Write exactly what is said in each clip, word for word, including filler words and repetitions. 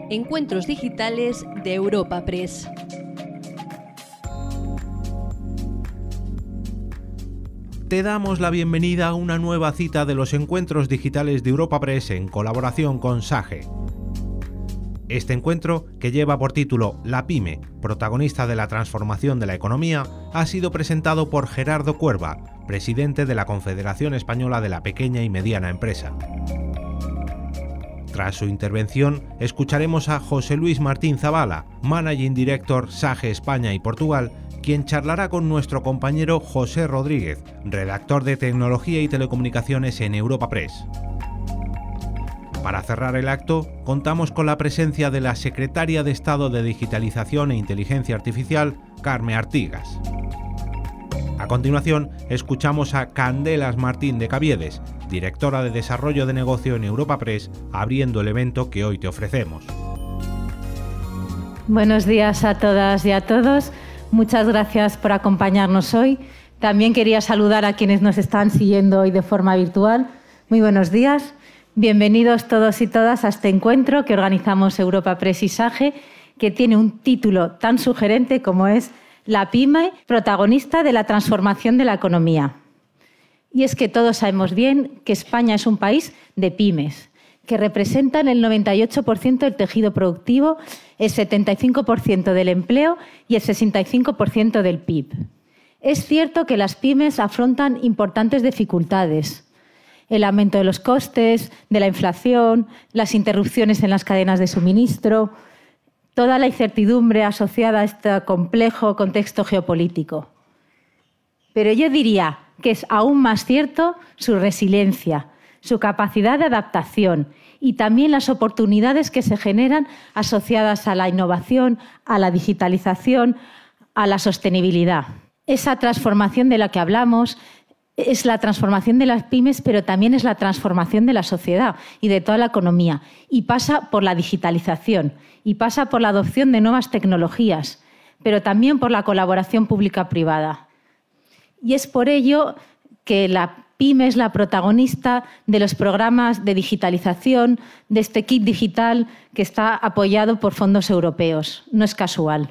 Encuentros digitales de Europa Press. Te damos la bienvenida a una nueva cita de los encuentros digitales de Europa Press en colaboración con SAGE. Este encuentro, que lleva por título La Pyme, protagonista de la transformación de la economía, ha sido presentado por Gerardo Cuerva, presidente de la Confederación Española de la Pequeña y Mediana Empresa. Tras su intervención, escucharemos a José Luis Martín Zavala, Managing Director SAGE España y Portugal, quien charlará con nuestro compañero José Rodríguez, redactor de Tecnología y Telecomunicaciones en Europa Press. Para cerrar el acto, contamos con la presencia de la Secretaria de Estado de Digitalización e Inteligencia Artificial, Carme Artigas. A continuación, escuchamos a Candelas Martín de Caviedes, directora de Desarrollo de Negocio en Europa Press, abriendo el evento que hoy te ofrecemos. Buenos días a todas y a todos. Muchas gracias por acompañarnos hoy. También quería saludar a quienes nos están siguiendo hoy de forma virtual. Muy buenos días. Bienvenidos todos y todas a este encuentro que organizamos Europa Press y SAGE, que tiene un título tan sugerente como es La Pyme, protagonista de la transformación de la economía. Y es que todos sabemos bien que España es un país de pymes, que representan el noventa y ocho por ciento del tejido productivo, el setenta y cinco por ciento del empleo y el sesenta y cinco por ciento del P I B. Es cierto que las pymes afrontan importantes dificultades. El aumento de los costes, de la inflación, las interrupciones en las cadenas de suministro, toda la incertidumbre asociada a este complejo contexto geopolítico. Pero yo diría que es aún más cierto su resiliencia, su capacidad de adaptación y también las oportunidades que se generan asociadas a la innovación, a la digitalización, a la sostenibilidad. Esa transformación de la que hablamos es la transformación de las pymes, pero también es la transformación de la sociedad y de toda la economía. Y pasa por la digitalización, y pasa por la adopción de nuevas tecnologías, pero también por la colaboración pública-privada. Y es por ello que la pyme es la protagonista de los programas de digitalización, de este kit digital que está apoyado por fondos europeos. No es casual.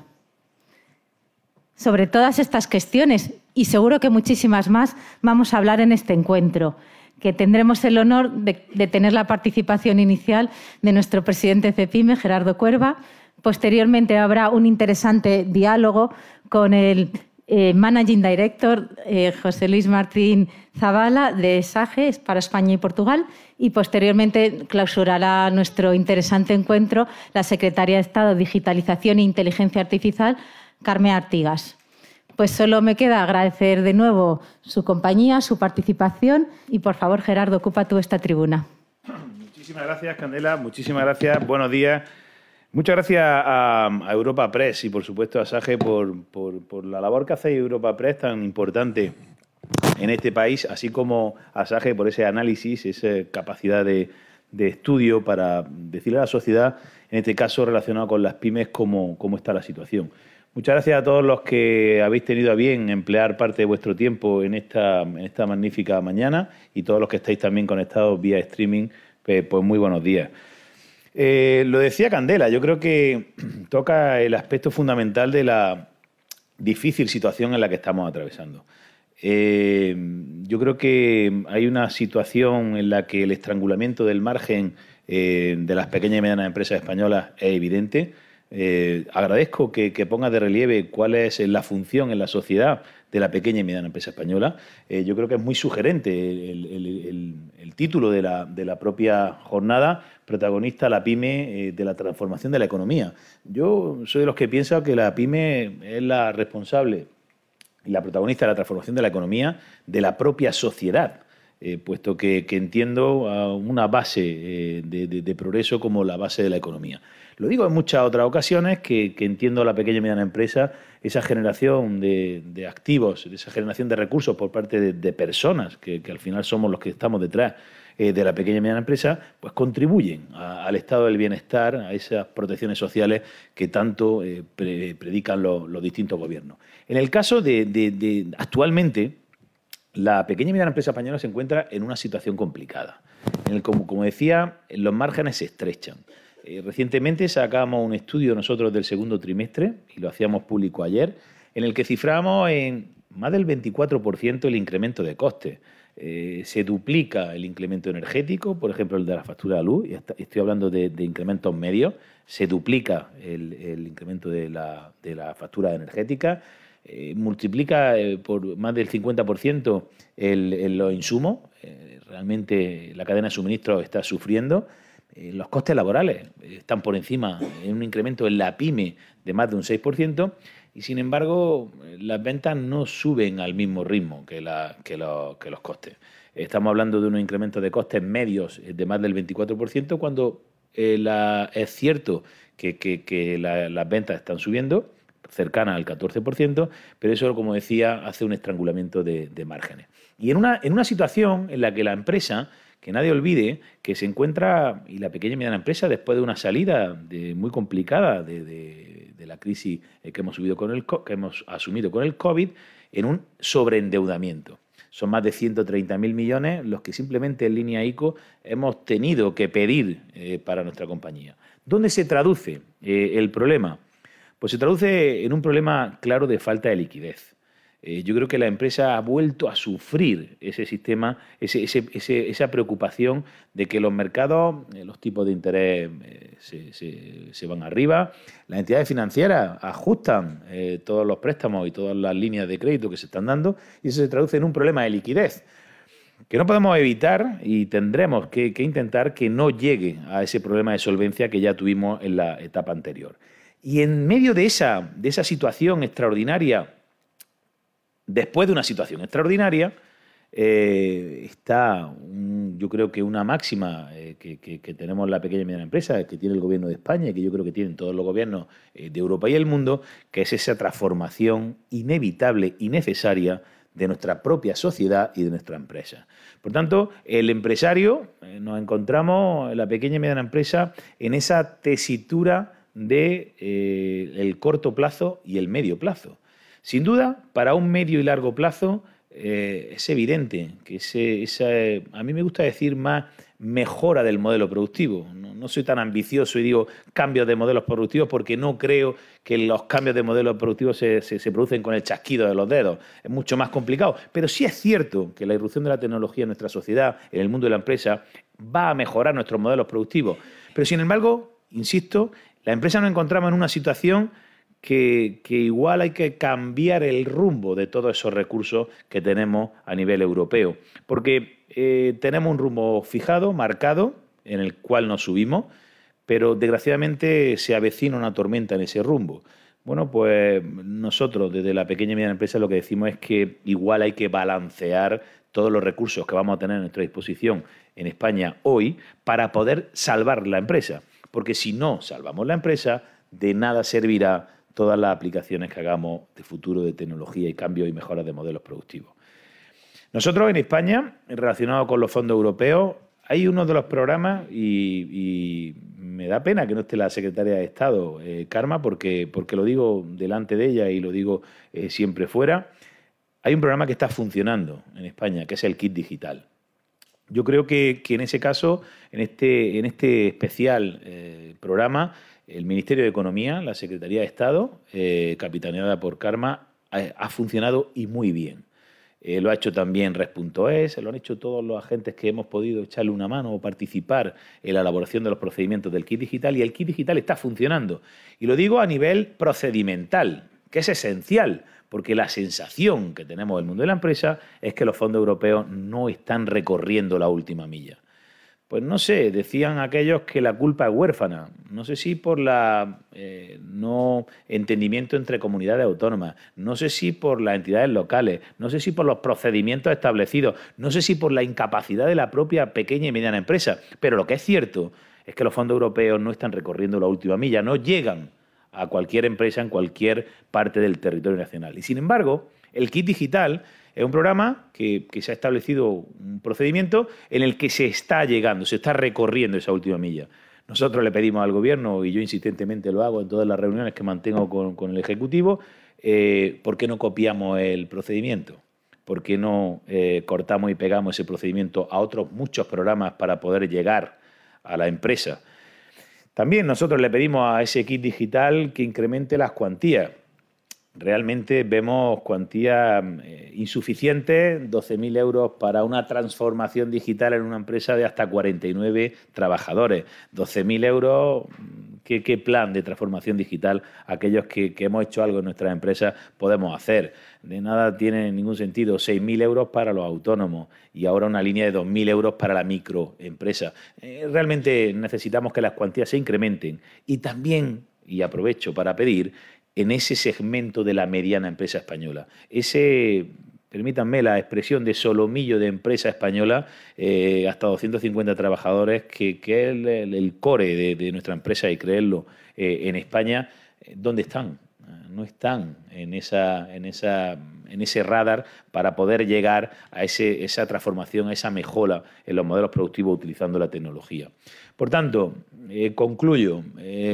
Sobre todas estas cuestiones, y seguro que muchísimas más, vamos a hablar en este encuentro, que tendremos el honor de, de tener la participación inicial de nuestro presidente de CEPYME, Gerardo Cuerva. Posteriormente habrá un interesante diálogo con el eh, Managing Director, eh, José Luis Martín Zavala, de SAGE para España y Portugal, y posteriormente clausurará nuestro interesante encuentro la Secretaria de Estado de Digitalización e Inteligencia Artificial, Carme Artigas. Pues solo me queda agradecer de nuevo su compañía, su participación y, por favor, Gerardo, ocupa tú esta tribuna. Muchísimas gracias, Candela. Muchísimas gracias. Buenos días. Muchas gracias a, a Europa Press y, por supuesto, a SAGE por, por, por la labor que hace Europa Press tan importante en este país, así como a SAGE por ese análisis, esa capacidad de, de estudio para decirle a la sociedad, en este caso relacionado con las pymes, cómo, cómo está la situación. Muchas gracias a todos los que habéis tenido a bien emplear parte de vuestro tiempo en esta, en esta magnífica mañana y todos los que estáis también conectados vía streaming, pues, pues muy buenos días. Eh, lo decía Candela, yo creo que toca el aspecto fundamental de la difícil situación en la que estamos atravesando. Eh, yo creo que hay una situación en la que el estrangulamiento del margen eh, de las pequeñas y medianas empresas españolas es evidente. Eh, agradezco que, que ponga de relieve cuál es la función en la sociedad de la pequeña y mediana empresa española. Eh, yo creo que es muy sugerente el, el, el, el título de la, de la propia jornada, protagonista la pyme eh, de la transformación de la economía. Yo soy de los que piensan que la pyme es la responsable y la protagonista de la transformación de la economía de la propia sociedad, eh, puesto que, que entiendo uh, una base eh, de, de, de progreso como la base de la economía. Lo digo en muchas otras ocasiones, que, que entiendo a la pequeña y mediana empresa, esa generación de, de activos, esa generación de recursos por parte de, de personas, que, que al final somos los que estamos detrás eh, de la pequeña y mediana empresa, pues contribuyen a, al estado del bienestar, a esas protecciones sociales que tanto eh, pre, predican los, los distintos gobiernos. En el caso de, de, de actualmente, la pequeña y mediana empresa española se encuentra en una situación complicada. En el, como, como decía, los márgenes se estrechan. Eh, recientemente sacamos un estudio nosotros del segundo trimestre, y lo hacíamos público ayer, en el que ciframos en más del veinticuatro por ciento el incremento de costes. Eh, se duplica el incremento energético, por ejemplo el de la factura de luz, y hasta, estoy hablando de, de incrementos medios, se duplica el, el incremento de la, de la factura energética, eh, multiplica eh, por más del cincuenta por ciento el, el, los insumos, eh, realmente la cadena de suministro está sufriendo, eh, los costes laborales están por encima, en un incremento en la pyme de más de un seis por ciento, y sin embargo las ventas no suben al mismo ritmo que, la, que, lo, que los costes. Estamos hablando de unos incrementos de costes medios de más del veinticuatro por ciento cuando eh, la, es cierto que, que, que la, las ventas están subiendo, cercanas al catorce por ciento, pero eso, como decía, hace un estrangulamiento de, de márgenes. Y en una, en una situación en la que la empresa, que nadie olvide, que se encuentra, y la pequeña y mediana empresa, después de una salida de, muy complicada de, de, de la crisis que hemos, subido con el, que hemos asumido con el COVID, en un sobreendeudamiento. Son más de ciento treinta mil millones los que simplemente en línea ICO hemos tenido que pedir eh, para nuestra compañía. ¿Dónde se traduce eh, el problema? Pues se traduce en un problema claro de falta de liquidez. Eh, yo creo que la empresa ha vuelto a sufrir ese sistema, ese, ese, ese, esa preocupación de que los mercados, eh, los tipos de interés eh, se, se, se van arriba, las entidades financieras ajustan eh, todos los préstamos y todas las líneas de crédito que se están dando, y eso se traduce en un problema de liquidez que no podemos evitar, y tendremos que, que intentar que no llegue a ese problema de solvencia que ya tuvimos en la etapa anterior. Y en medio de esa, de esa situación extraordinaria, después de una situación extraordinaria, eh, está, un, yo creo que una máxima eh, que, que, que tenemos la pequeña y mediana empresa, que tiene el gobierno de España y que yo creo que tienen todos los gobiernos eh, de Europa y el mundo, que es esa transformación inevitable y necesaria de nuestra propia sociedad y de nuestra empresa. Por tanto, el empresario, eh, nos encontramos, la pequeña y mediana empresa, en esa tesitura de eh, el corto plazo y el medio plazo. Sin duda, para un medio y largo plazo eh, es evidente que ese, esa, a mí me gusta decir más mejora del modelo productivo. No, no soy tan ambicioso y digo cambios de modelos productivos porque no creo que los cambios de modelos productivos se, se, se producen con el chasquido de los dedos. Es mucho más complicado. Pero sí es cierto que la irrupción de la tecnología en nuestra sociedad, en el mundo de la empresa, va a mejorar nuestros modelos productivos. Pero sin embargo, insisto, la empresa nos encontramos en una situación Que, que igual hay que cambiar el rumbo de todos esos recursos que tenemos a nivel europeo. Porque eh, tenemos un rumbo fijado, marcado, en el cual nos subimos, pero desgraciadamente se avecina una tormenta en ese rumbo. Bueno, pues nosotros desde la pequeña y mediana empresa lo que decimos es que igual hay que balancear todos los recursos que vamos a tener a nuestra disposición en España hoy para poder salvar la empresa. Porque si no salvamos la empresa, de nada servirá todas las aplicaciones que hagamos de futuro de tecnología y cambios y mejoras de modelos productivos. Nosotros en España, relacionado con los fondos europeos, hay uno de los programas, y, y me da pena que no esté la secretaria de Estado, eh, Karma, porque, porque lo digo delante de ella y lo digo eh, siempre fuera, hay un programa que está funcionando en España, que es el Kit Digital. Yo creo que, que en ese caso, en este, en este especial eh, programa, el Ministerio de Economía, la Secretaría de Estado, eh, capitaneada por Karma, ha, ha funcionado y muy bien. Eh, lo ha hecho también Res punto es, lo han hecho todos los agentes que hemos podido echarle una mano o participar en la elaboración de los procedimientos del Kit Digital, y el Kit Digital está funcionando. Y lo digo a nivel procedimental, que es esencial, porque la sensación que tenemos del mundo de la empresa es que los fondos europeos no están recorriendo la última milla. Pues no sé, decían aquellos que la culpa es huérfana. No sé si por la eh, no entendimiento entre comunidades autónomas, no sé si por las entidades locales, no sé si por los procedimientos establecidos, no sé si por la incapacidad de la propia pequeña y mediana empresa. Pero lo que es cierto es que los fondos europeos no están recorriendo la última milla, no llegan a cualquier empresa en cualquier parte del territorio nacional. Y sin embargo, el Kit Digital es un programa que, que se ha establecido un procedimiento en el que se está llegando, se está recorriendo esa última milla. Nosotros le pedimos al Gobierno, y yo insistentemente lo hago en todas las reuniones que mantengo con, con el Ejecutivo, eh, ¿por qué no copiamos el procedimiento? ¿Por qué no eh, cortamos y pegamos ese procedimiento a otros muchos programas para poder llegar a la empresa? También nosotros le pedimos a ese kit digital que incremente las cuantías. Realmente vemos cuantías eh, insuficientes, doce mil euros para una transformación digital en una empresa de hasta cuarenta y nueve trabajadores. doce mil euros, ¿qué, qué plan de transformación digital aquellos que, que hemos hecho algo en nuestras empresas podemos hacer? De nada tiene ningún sentido seis mil euros para los autónomos y ahora una línea de dos mil euros para la microempresa. Eh, realmente necesitamos que las cuantías se incrementen y también, y aprovecho para pedir, en ese segmento de la mediana empresa española. Ese, permítanme la expresión, de solomillo de empresa española, eh, hasta doscientos cincuenta trabajadores, que, que es el, el, el core de, de nuestra empresa, y creerlo, eh, en España, ¿dónde están? No están en, esa, en, esa, en ese radar para poder llegar a ese, esa transformación, a esa mejora en los modelos productivos utilizando la tecnología. Por tanto, eh, concluyo,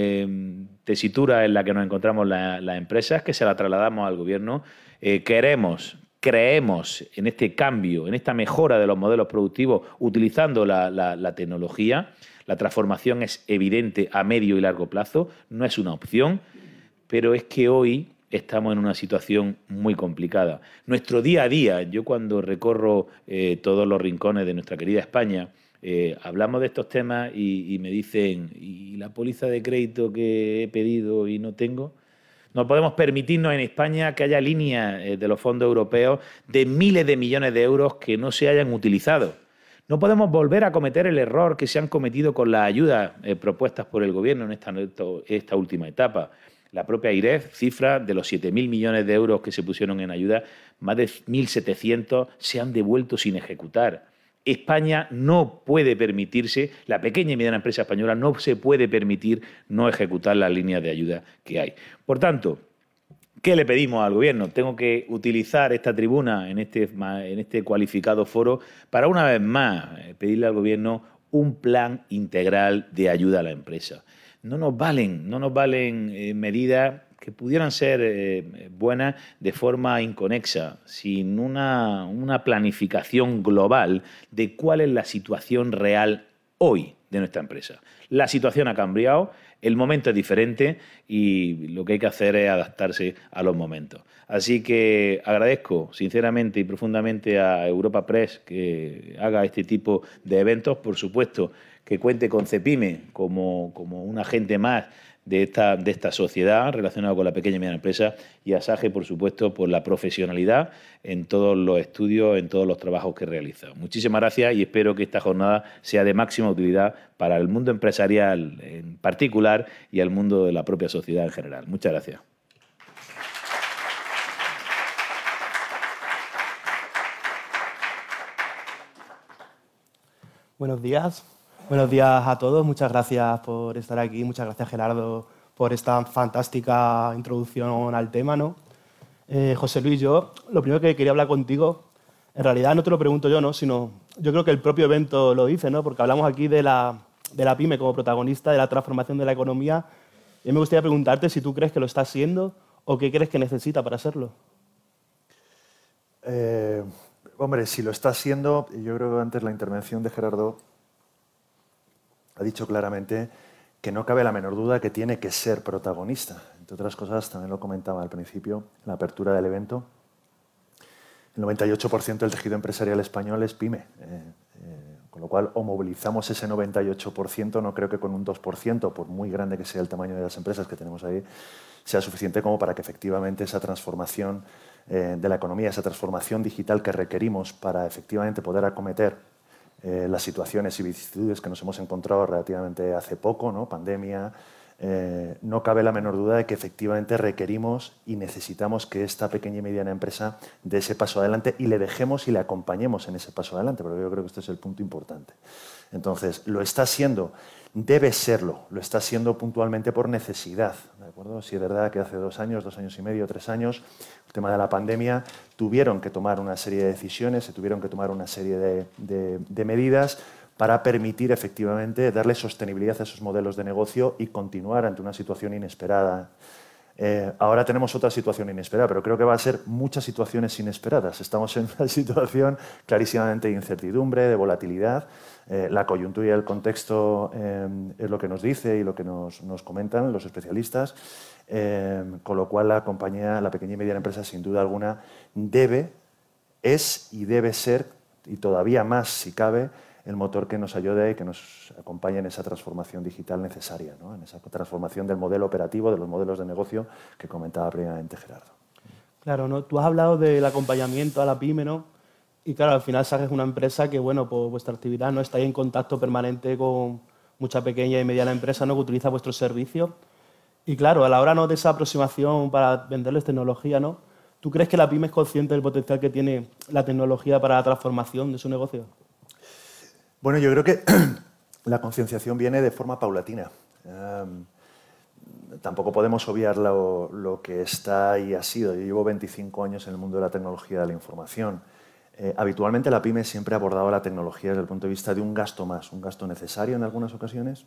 eh, tesitura en la que nos encontramos las la empresas, que se la trasladamos al Gobierno. Eh, queremos, creemos en este cambio, en esta mejora de los modelos productivos utilizando la, la, la tecnología. La transformación es evidente a medio y largo plazo, no es una opción, pero es que hoy estamos en una situación muy complicada. Nuestro día a día, yo cuando recorro eh, todos los rincones de nuestra querida España, Eh, hablamos de estos temas y, y me dicen, ¿y la póliza de crédito que he pedido y no tengo? No podemos permitirnos en España que haya líneas eh, de los fondos europeos de miles de millones de euros que no se hayan utilizado. No podemos volver a cometer el error que se han cometido con las ayudas eh, propuestas por el Gobierno en esta, esta última etapa. La propia AIREF cifra de los siete mil millones de euros que se pusieron en ayuda, más de mil setecientos se han devuelto sin ejecutar. España no puede permitirse, la pequeña y mediana empresa española no se puede permitir no ejecutar las líneas de ayuda que hay. Por tanto, ¿qué le pedimos al Gobierno? Tengo que utilizar esta tribuna en este, en este cualificado foro para una vez más pedirle al Gobierno un plan integral de ayuda a la empresa. No nos valen, no nos valen eh, medidas que pudieran ser eh, buenas de forma inconexa, sin una, una planificación global de cuál es la situación real hoy de nuestra empresa. La situación ha cambiado, el momento es diferente y lo que hay que hacer es adaptarse a los momentos. Así que agradezco sinceramente y profundamente a Europa Press que haga este tipo de eventos, por supuesto que cuente con CEPIME como, como un agente más de esta, de esta sociedad relacionada con la pequeña y mediana empresa, y a SAGE, por supuesto, por la profesionalidad en todos los estudios, en todos los trabajos que realiza. Muchísimas gracias y espero que esta jornada sea de máxima utilidad para el mundo empresarial en particular y al mundo de la propia sociedad en general. Muchas gracias. Buenos días. Buenos días a todos. Muchas gracias por estar aquí. Muchas gracias, Gerardo, por esta fantástica introducción al tema, ¿no? Eh, José Luis, yo lo primero que quería hablar contigo, en realidad no te lo pregunto yo, ¿no? Sino yo creo que el propio evento lo dice, ¿no? Porque hablamos aquí de la, de la PYME como protagonista de la transformación de la economía. Y me gustaría preguntarte si tú crees que lo está haciendo o qué crees que necesita para hacerlo. Eh, hombre, si lo está haciendo, yo creo que antes la intervención de Gerardo ha dicho claramente que no cabe la menor duda que tiene que ser protagonista. Entre otras cosas, también lo comentaba al principio, en la apertura del evento, el noventa y ocho por ciento del tejido empresarial español es PYME. Eh, eh, con lo cual, o movilizamos ese noventa y ocho por ciento, no creo que con un dos por ciento, por muy grande que sea el tamaño de las empresas que tenemos ahí, sea suficiente como para que efectivamente esa transformación eh, de la economía, esa transformación digital que requerimos para efectivamente poder acometer Eh, las situaciones y vicisitudes que nos hemos encontrado relativamente hace poco, ¿no? Pandemia, eh, no cabe la menor duda de que efectivamente requerimos y necesitamos que esta pequeña y mediana empresa dé ese paso adelante y le dejemos y le acompañemos en ese paso adelante, porque yo creo que este es el punto importante. Entonces, lo está siendo, debe serlo, lo está siendo puntualmente por necesidad, ¿de acuerdo? Si es verdad que hace dos años, dos años y medio, tres años, el tema de la pandemia, tuvieron que tomar una serie de decisiones, se tuvieron que tomar una serie de, de, de medidas para permitir efectivamente darle sostenibilidad a esos modelos de negocio y continuar ante una situación inesperada Eh, ahora tenemos otra situación inesperada, pero creo que va a ser muchas situaciones inesperadas. Estamos en una situación clarísimamente de incertidumbre, de volatilidad. Eh, la coyuntura y el contexto eh, es lo que nos dice y lo que nos, nos comentan los especialistas, eh, con lo cual la compañía, la pequeña y mediana empresa, sin duda alguna, debe, es y debe ser, y todavía más si cabe, el motor que nos ayude y que nos acompañe en esa transformación digital necesaria, ¿no? En esa transformación del modelo operativo, de los modelos de negocio que comentaba previamente Gerardo. Claro, ¿no? Tú has hablado del acompañamiento a la pyme, ¿no? Y claro, al final SAGE es una empresa que, bueno, por vuestra actividad no estáis en contacto permanente con mucha pequeña y mediana empresa, ¿no?, que utiliza vuestros servicios. Y claro, a la hora, ¿no?, de esa aproximación para venderles tecnología, ¿no?, ¿tú crees que la pyme es consciente del potencial que tiene la tecnología para la transformación de su negocio? Bueno, yo creo que la concienciación viene de forma paulatina. Um, tampoco podemos obviar lo, lo que está y ha sido. Yo llevo veinticinco años en el mundo de la tecnología de la información. Eh, habitualmente la pyme siempre ha abordado la tecnología desde el punto de vista de un gasto más, un gasto necesario en algunas ocasiones,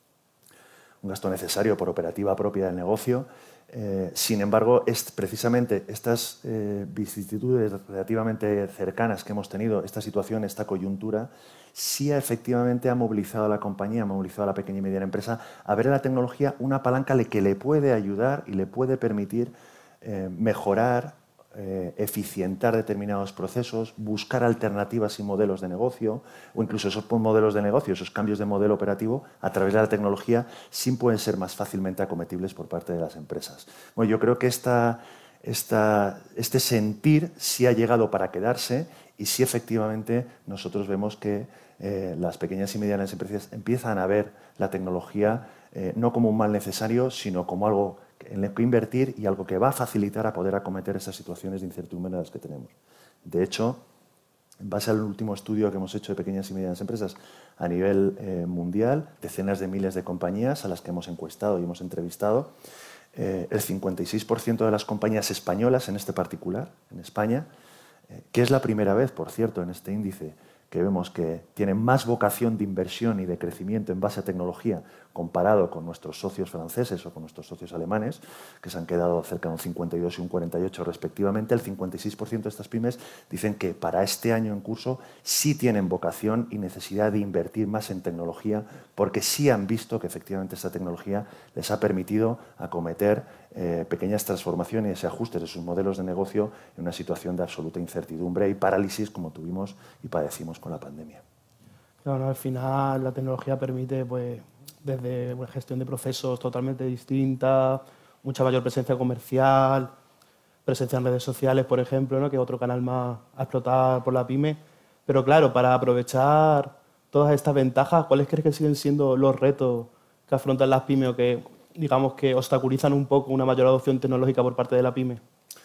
un gasto necesario por operativa propia del negocio. Eh, sin embargo, es precisamente estas eh, vicisitudes relativamente cercanas que hemos tenido, esta situación, esta coyuntura, sí efectivamente ha movilizado a la compañía, ha movilizado a la pequeña y mediana empresa a ver en la tecnología una palanca que le puede ayudar y le puede permitir eh, mejorar, eh, eficientar determinados procesos, buscar alternativas y modelos de negocio, o incluso esos modelos de negocio, esos cambios de modelo operativo a través de la tecnología, sí pueden ser más fácilmente acometibles por parte de las empresas. Bueno, yo creo que esta, esta, este sentir sí ha llegado para quedarse y sí efectivamente nosotros vemos que eh, las pequeñas y medianas empresas empiezan a ver la tecnología eh, no como un mal necesario, sino como algo en lo que invertir y algo que va a facilitar a poder acometer esas situaciones de incertidumbre en las que tenemos. De hecho, en base al último estudio que hemos hecho de pequeñas y medianas empresas a nivel eh, mundial, decenas de miles de compañías a las que hemos encuestado y hemos entrevistado, eh, el cincuenta y seis por ciento de las compañías españolas, en este particular, en España, eh, que es la primera vez, por cierto, en este índice, que vemos que tienen más vocación de inversión y de crecimiento en base a tecnología comparado con nuestros socios franceses o con nuestros socios alemanes, que se han quedado cerca de un cincuenta y dos y un cuarenta y ocho respectivamente. El cincuenta y seis por ciento de estas pymes dicen que para este año en curso sí tienen vocación y necesidad de invertir más en tecnología, porque sí han visto que efectivamente esta tecnología les ha permitido acometer eh, pequeñas transformaciones y ajustes de sus modelos de negocio en una situación de absoluta incertidumbre y parálisis como tuvimos y padecimos con la pandemia. Claro, ¿no? Al final la tecnología permite, pues, desde una gestión de procesos totalmente distinta, mucha mayor presencia comercial, presencia en redes sociales, por ejemplo, ¿no?, que es otro canal más a explotar por la pyme. Pero claro, para aprovechar todas estas ventajas, ¿cuáles crees que siguen siendo los retos que afrontan las pymes o que, digamos, que obstaculizan un poco una mayor adopción tecnológica por parte de la pyme?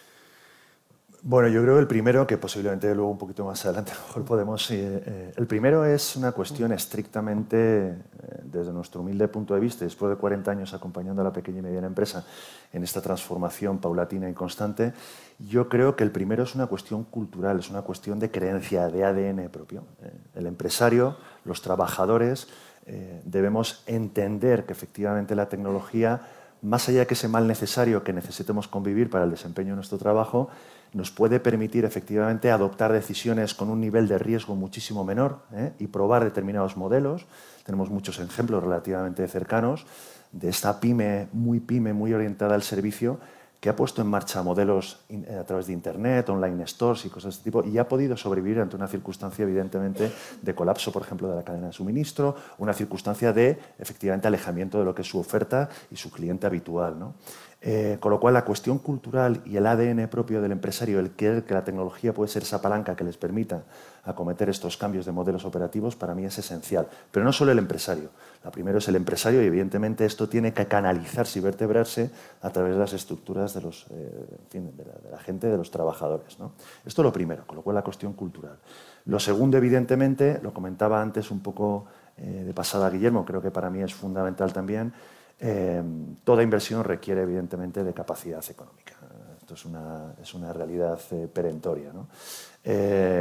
Bueno, yo creo que el primero, que posiblemente luego un poquito más adelante a lo mejor podemos... Eh, eh, el primero es una cuestión estrictamente, eh, desde nuestro humilde punto de vista, después de cuarenta años acompañando a la pequeña y mediana empresa en esta transformación paulatina y constante, yo creo que el primero es una cuestión cultural, es una cuestión de creencia, de A D N propio. Eh, el empresario, los trabajadores, eh, debemos entender que efectivamente la tecnología, más allá de que ese mal necesario que necesitemos convivir para el desempeño de nuestro trabajo, nos puede permitir efectivamente adoptar decisiones con un nivel de riesgo muchísimo menor, ¿eh? y probar determinados modelos. Tenemos muchos ejemplos relativamente cercanos de esta pyme, muy pyme, muy orientada al servicio, que ha puesto en marcha modelos a través de Internet, online stores y cosas de este tipo, y ha podido sobrevivir ante una circunstancia, evidentemente, de colapso, por ejemplo, de la cadena de suministro, una circunstancia de, efectivamente, alejamiento de lo que es su oferta y su cliente habitual, ¿no? Eh, con lo cual, la cuestión cultural y el A D N propio del empresario, el que, que la tecnología puede ser esa palanca que les permita acometer estos cambios de modelos operativos, para mí es esencial. Pero no solo el empresario. La primero es el empresario y, evidentemente, esto tiene que canalizarse y vertebrarse a través de las estructuras de, los, eh, en fin, de, la, de la gente, de los trabajadores, ¿no? Esto es lo primero, con lo cual la cuestión cultural. Lo segundo, evidentemente, lo comentaba antes un poco eh, de pasada Guillermo, creo que para mí es fundamental también. Eh, toda inversión requiere, evidentemente, de capacidad económica. Esto es una, es una realidad eh, perentoria, ¿no? Eh, en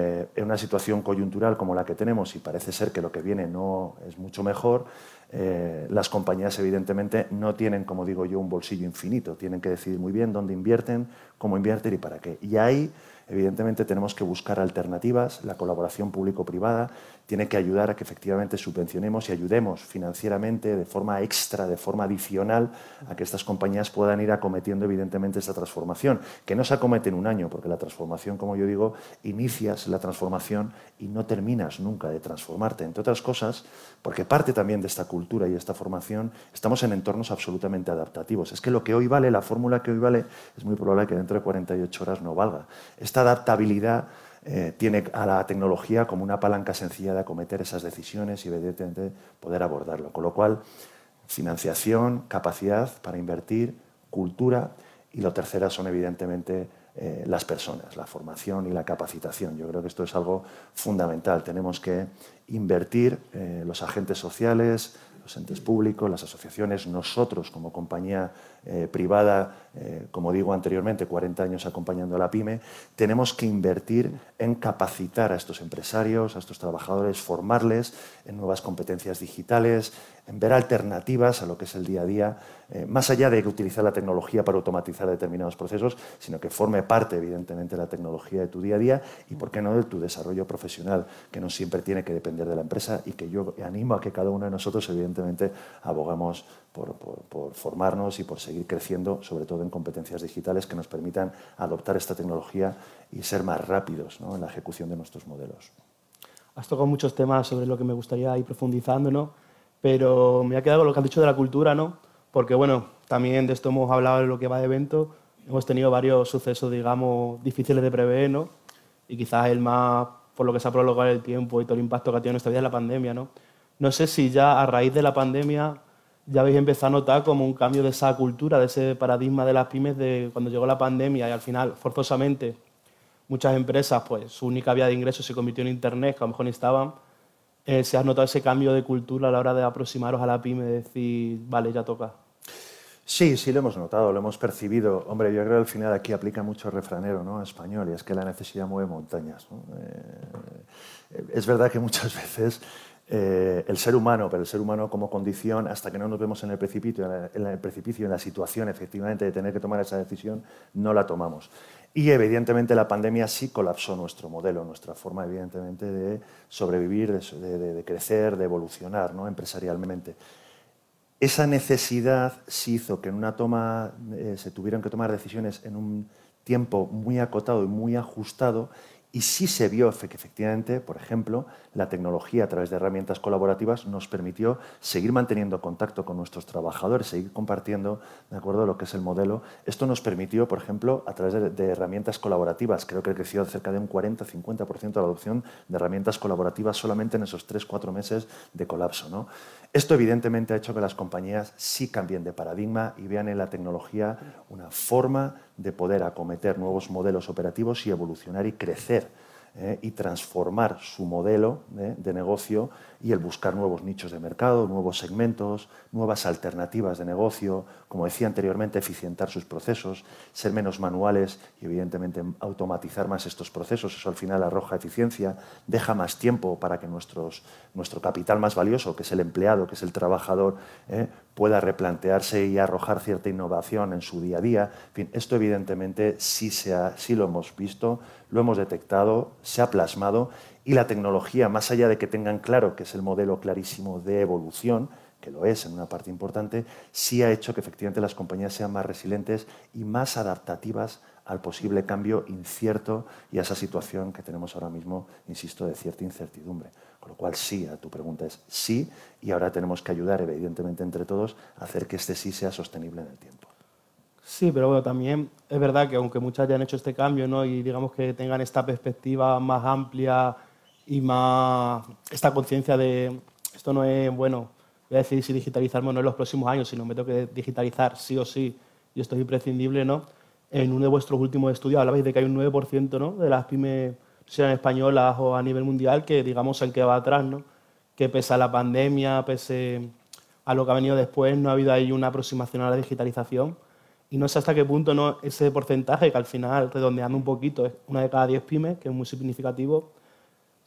una situación coyuntural como la que tenemos, y parece ser que lo que viene no es mucho mejor, eh, las compañías evidentemente no tienen, como digo yo, un bolsillo infinito. Tienen que decidir muy bien dónde invierten, cómo invierten y para qué. Y ahí, evidentemente, tenemos que buscar alternativas. La colaboración público-privada tiene que ayudar a que efectivamente subvencionemos y ayudemos financieramente, de forma extra, de forma adicional, a que estas compañías puedan ir acometiendo evidentemente esta transformación, que no se acomete en un año, porque la transformación, como yo digo, inicias la transformación y no terminas nunca de transformarte. Entre otras cosas, porque parte también de esta cultura y esta formación, estamos en entornos absolutamente adaptativos. Es que lo que hoy vale, la fórmula que hoy vale, es muy probable que dentro de cuarenta y ocho horas no valga. Esta adaptabilidad eh, tiene a la tecnología como una palanca sencilla de acometer esas decisiones y evidentemente poder abordarlo. Con lo cual, financiación, capacidad para invertir, cultura, y lo tercera son evidentemente eh, las personas, la formación y la capacitación. Yo creo que esto es algo fundamental. Tenemos que invertir eh, los agentes sociales, los entes públicos, las asociaciones, nosotros como compañía eh, privada, eh, como digo anteriormente, cuarenta años acompañando a la pyme, tenemos que invertir en capacitar a estos empresarios, a estos trabajadores, formarles en nuevas competencias digitales, en ver alternativas a lo que es el día a día, eh, más allá de utilizar la tecnología para automatizar determinados procesos, sino que forme parte, evidentemente, la tecnología de tu día a día y, por qué no, de tu desarrollo profesional, que no siempre tiene que depender de la empresa y que yo animo a que cada uno de nosotros, evidentemente, abogamos por, por, por formarnos y por seguir creciendo, sobre todo en competencias digitales que nos permitan adoptar esta tecnología y ser más rápidos, ¿no?, en la ejecución de nuestros modelos. Has tocado muchos temas sobre lo que me gustaría ir profundizando, ¿no? Pero me ha quedado lo que has dicho de la cultura, ¿no? Porque, bueno, también de esto hemos hablado en lo que va de evento. Hemos tenido varios sucesos, digamos, difíciles de prever, ¿no? Y quizás el más, por lo que se ha prolongado el tiempo y todo el impacto que ha tenido en nuestra vida, es la pandemia, ¿no? No sé si ya a raíz de la pandemia ya habéis empezado a notar como un cambio de esa cultura, de ese paradigma de las pymes, de cuando llegó la pandemia y al final, forzosamente, muchas empresas, pues su única vía de ingresos se convirtió en Internet, que a lo mejor necesitaban. Eh, ¿Se ha notado ese cambio de cultura a la hora de aproximaros a la pyme, de decir, vale, ya toca? Sí, sí lo hemos notado, lo hemos percibido. Hombre, yo creo que al final aquí aplica mucho el refranero, ¿no?, español, y es que la necesidad mueve montañas, ¿no? Eh, es verdad que muchas veces eh, el ser humano, pero el ser humano como condición, hasta que no nos vemos en el precipicio, en el precipicio, en la situación efectivamente de tener que tomar esa decisión, no la tomamos. Y evidentemente la pandemia sí colapsó nuestro modelo, nuestra forma evidentemente de sobrevivir, de, de, de crecer, de evolucionar, ¿no?, empresarialmente. Esa necesidad sí hizo que en una toma eh, se tuvieran que tomar decisiones en un tiempo muy acotado y muy ajustado, y sí se vio que efectivamente, por ejemplo, la tecnología a través de herramientas colaborativas nos permitió seguir manteniendo contacto con nuestros trabajadores, seguir compartiendo, de acuerdo a lo que es el modelo. Esto nos permitió, por ejemplo, a través de, de herramientas colaborativas, creo que creció cerca de un cuarenta a cincuenta por ciento la adopción de herramientas colaborativas solamente en esos tres cuatro meses de colapso, ¿no? Esto evidentemente ha hecho que las compañías sí cambien de paradigma y vean en la tecnología una forma de poder acometer nuevos modelos operativos y evolucionar y crecer eh, y transformar su modelo eh, de negocio, y el buscar nuevos nichos de mercado, nuevos segmentos, nuevas alternativas de negocio, como decía anteriormente, eficientar sus procesos, ser menos manuales y evidentemente automatizar más estos procesos. Eso al final arroja eficiencia, deja más tiempo para que nuestros, nuestro capital más valioso, que es el empleado, que es el trabajador, eh, pueda replantearse y arrojar cierta innovación en su día a día. En fin, esto evidentemente sí, se ha, sí lo hemos visto, lo hemos detectado, se ha plasmado, y la tecnología, más allá de que tengan claro que es el modelo clarísimo de evolución, que lo es en una parte importante, sí ha hecho que efectivamente las compañías sean más resilientes y más adaptativas al posible cambio incierto y a esa situación que tenemos ahora mismo, insisto, de cierta incertidumbre. Con lo cual sí, a tu pregunta es sí, y ahora tenemos que ayudar evidentemente entre todos a hacer que este sí sea sostenible en el tiempo. Sí, pero bueno, también es verdad que aunque muchas hayan hecho este cambio, ¿no?, y digamos que tengan esta perspectiva más amplia y más esta conciencia de esto no es, bueno, voy a decir si digitalizarme o no en los próximos años, sino me tengo que digitalizar sí o sí, y esto es imprescindible, ¿no? En uno de vuestros últimos estudios hablabais de que hay un nueve por ciento, ¿no?, de las pymes, sean españolas o a nivel mundial, que digamos se han quedado atrás, ¿no? Que pese a la pandemia, pese a lo que ha venido después, no ha habido ahí una aproximación a la digitalización. Y no sé hasta qué punto, ¿no?, ese porcentaje, que al final, redondeando un poquito, es una de cada diez pymes, que es muy significativo,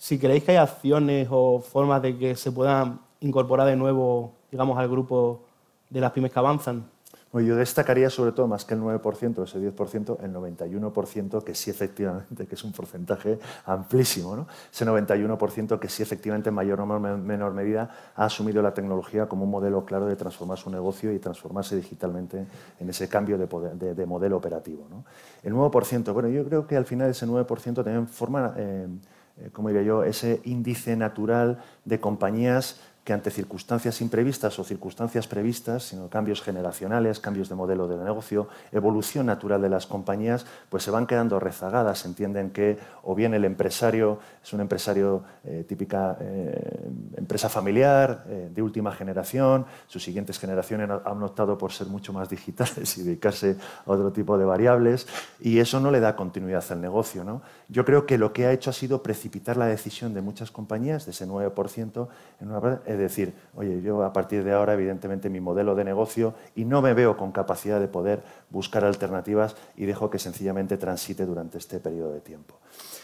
si creéis que hay acciones o formas de que se puedan incorporar de nuevo, digamos, al grupo de las pymes que avanzan. Bueno, yo destacaría sobre todo, más que el nueve por ciento, ese diez por ciento, el noventa y uno por ciento que sí efectivamente, que es un porcentaje amplísimo, ¿no? Ese noventa y uno por ciento que sí efectivamente en mayor o menor medida ha asumido la tecnología como un modelo claro de transformar su negocio y transformarse digitalmente en ese cambio de, poder, de, de modelo operativo, ¿no? El nueve por ciento, bueno, yo creo que al final ese nueve por ciento también forma, eh, eh, como diría yo, ese índice natural de compañías que ante circunstancias imprevistas o circunstancias previstas, sino cambios generacionales, cambios de modelo de negocio, evolución natural de las compañías, pues se van quedando rezagadas. Entienden que o bien el empresario es un empresario eh, típica eh, empresa familiar, eh, de última generación, sus siguientes generaciones han optado por ser mucho más digitales y dedicarse a otro tipo de variables, y eso no le da continuidad al negocio, ¿no? Yo creo que lo que ha hecho ha sido precipitar la decisión de muchas compañías, de ese nueve por ciento, en una es decir, oye, yo a partir de ahora, evidentemente, mi modelo de negocio, y no me veo con capacidad de poder buscar alternativas y dejo que sencillamente transite durante este periodo de tiempo.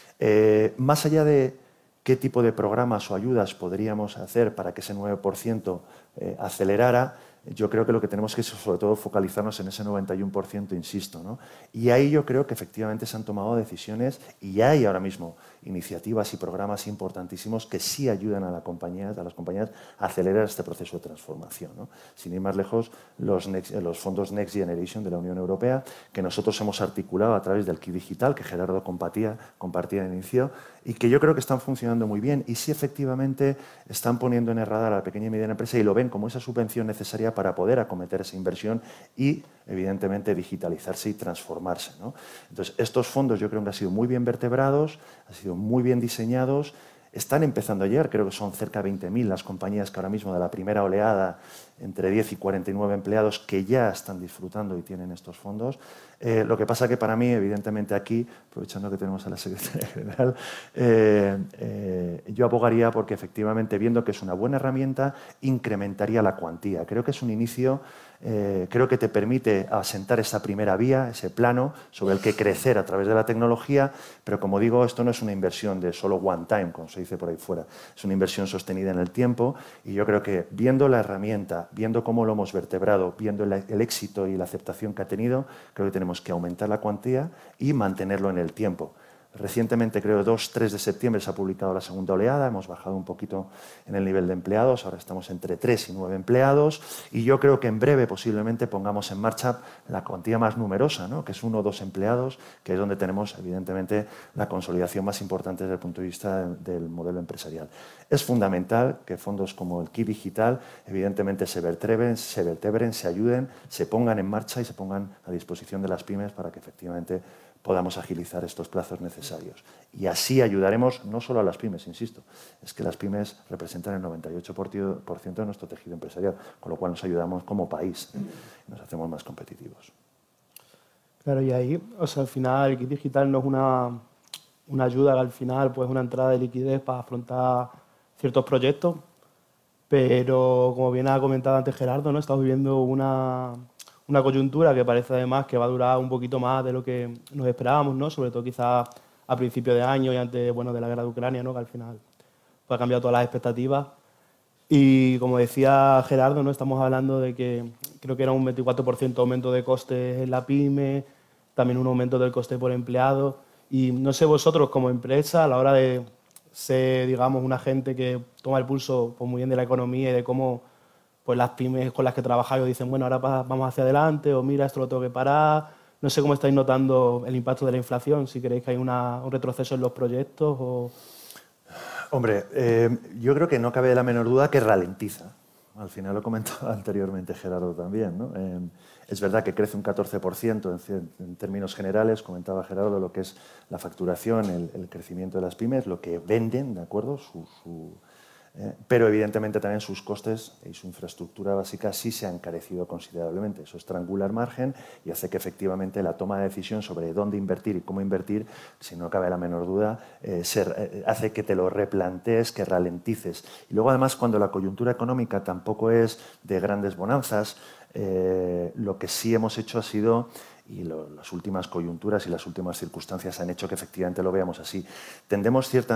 Eh, más allá de qué tipo de programas o ayudas podríamos hacer para que ese nueve por ciento eh, acelerara, yo creo que lo que tenemos que es sobre todo focalizarnos en ese noventa y uno por ciento, insisto, ¿no? Y ahí yo creo que efectivamente se han tomado decisiones y hay ahora mismo iniciativas y programas importantísimos que sí ayudan a, la compañía, a las compañías a acelerar este proceso de transformación, ¿no? Sin ir más lejos, los, Next, los fondos Next Generation de la Unión Europea, que nosotros hemos articulado a través del Kit Digital, que Gerardo compartía, compartía de inicio, y que yo creo que están funcionando muy bien y sí efectivamente están poniendo en el radar a la pequeña y mediana empresa y lo ven como esa subvención necesaria para poder acometer esa inversión y, evidentemente, digitalizarse y transformarse, ¿no? Entonces, estos fondos yo creo que han sido muy bien vertebrados, han sido muy bien diseñados, están empezando a llegar, creo que son cerca de veinte mil las compañías que ahora mismo de la primera oleada, entre diez y cuarenta y nueve empleados, que ya están disfrutando y tienen estos fondos. Eh, lo que pasa que para mí, evidentemente aquí, aprovechando que tenemos a la secretaria general, eh, eh, yo abogaría porque efectivamente, viendo que es una buena herramienta, incrementaría la cuantía. Creo que es un inicio, eh, creo que te permite asentar esa primera vía, ese plano sobre el que crecer a través de la tecnología, pero como digo, esto no es una inversión de solo one time, como se dice por ahí fuera, es una inversión sostenida en el tiempo y yo creo que viendo la herramienta, viendo cómo lo hemos vertebrado, viendo el, el éxito y la aceptación que ha tenido, creo que tenemos que aumentar la cuantía y mantenerlo en el tiempo. Recientemente, creo, dos tres de septiembre se ha publicado la segunda oleada, hemos bajado un poquito en el nivel de empleados, ahora estamos entre tres y nueve empleados y yo creo que en breve posiblemente pongamos en marcha la cuantía más numerosa, ¿no? Que es uno o dos empleados, que es donde tenemos evidentemente la consolidación más importante desde el punto de vista del, del modelo empresarial. Es fundamental que fondos como el Kit Digital evidentemente se vertebren, se vertebren, se ayuden, se pongan en marcha y se pongan a disposición de las pymes para que efectivamente podamos agilizar estos plazos necesarios. Y así ayudaremos no solo a las pymes, insisto, es que las pymes representan el noventa y ocho por ciento de nuestro tejido empresarial, con lo cual nos ayudamos como país, ¿eh? Nos hacemos más competitivos. Claro, y ahí, o sea, al final el Kit Digital no es una, una ayuda, que al final pues una entrada de liquidez para afrontar ciertos proyectos, pero como bien ha comentado antes Gerardo, ¿no? Estamos viviendo una... una coyuntura que parece además que va a durar un poquito más de lo que nos esperábamos, ¿no? Sobre todo quizás a principios de año y antes, bueno, de la guerra de Ucrania, ¿no? Que al final pues, ha cambiado todas las expectativas. Y como decía Gerardo, ¿no? Estamos hablando de que creo que era un veinticuatro por ciento aumento de costes en la pyme, también un aumento del coste por empleado. Y no sé vosotros como empresa, a la hora de ser, digamos, un agente que toma el pulso pues, muy bien de la economía y de cómo pues las pymes con las que trabajáis dicen, bueno, ahora vamos hacia adelante, o mira, esto lo tengo que parar. No sé cómo estáis notando el impacto de la inflación, si creéis que hay una, un retroceso en los proyectos o... Hombre, eh, yo creo que no cabe la menor duda que ralentiza. Al final lo comentaba anteriormente Gerardo también, ¿no? Eh, es verdad que crece un catorce por ciento en, en términos generales, comentaba Gerardo, lo que es la facturación, el, el crecimiento de las pymes, lo que venden, ¿de acuerdo? Su... su Eh, pero evidentemente también sus costes y su infraestructura básica sí se han encarecido considerablemente. Eso estrangula el margen y hace que efectivamente la toma de decisión sobre dónde invertir y cómo invertir, si no cabe la menor duda, eh, se, eh, hace que te lo replantees, que ralentices. Y luego además cuando la coyuntura económica tampoco es de grandes bonanzas, eh, lo que sí hemos hecho ha sido... y lo, las últimas coyunturas y las últimas circunstancias han hecho que efectivamente lo veamos así. Tendemos cierta,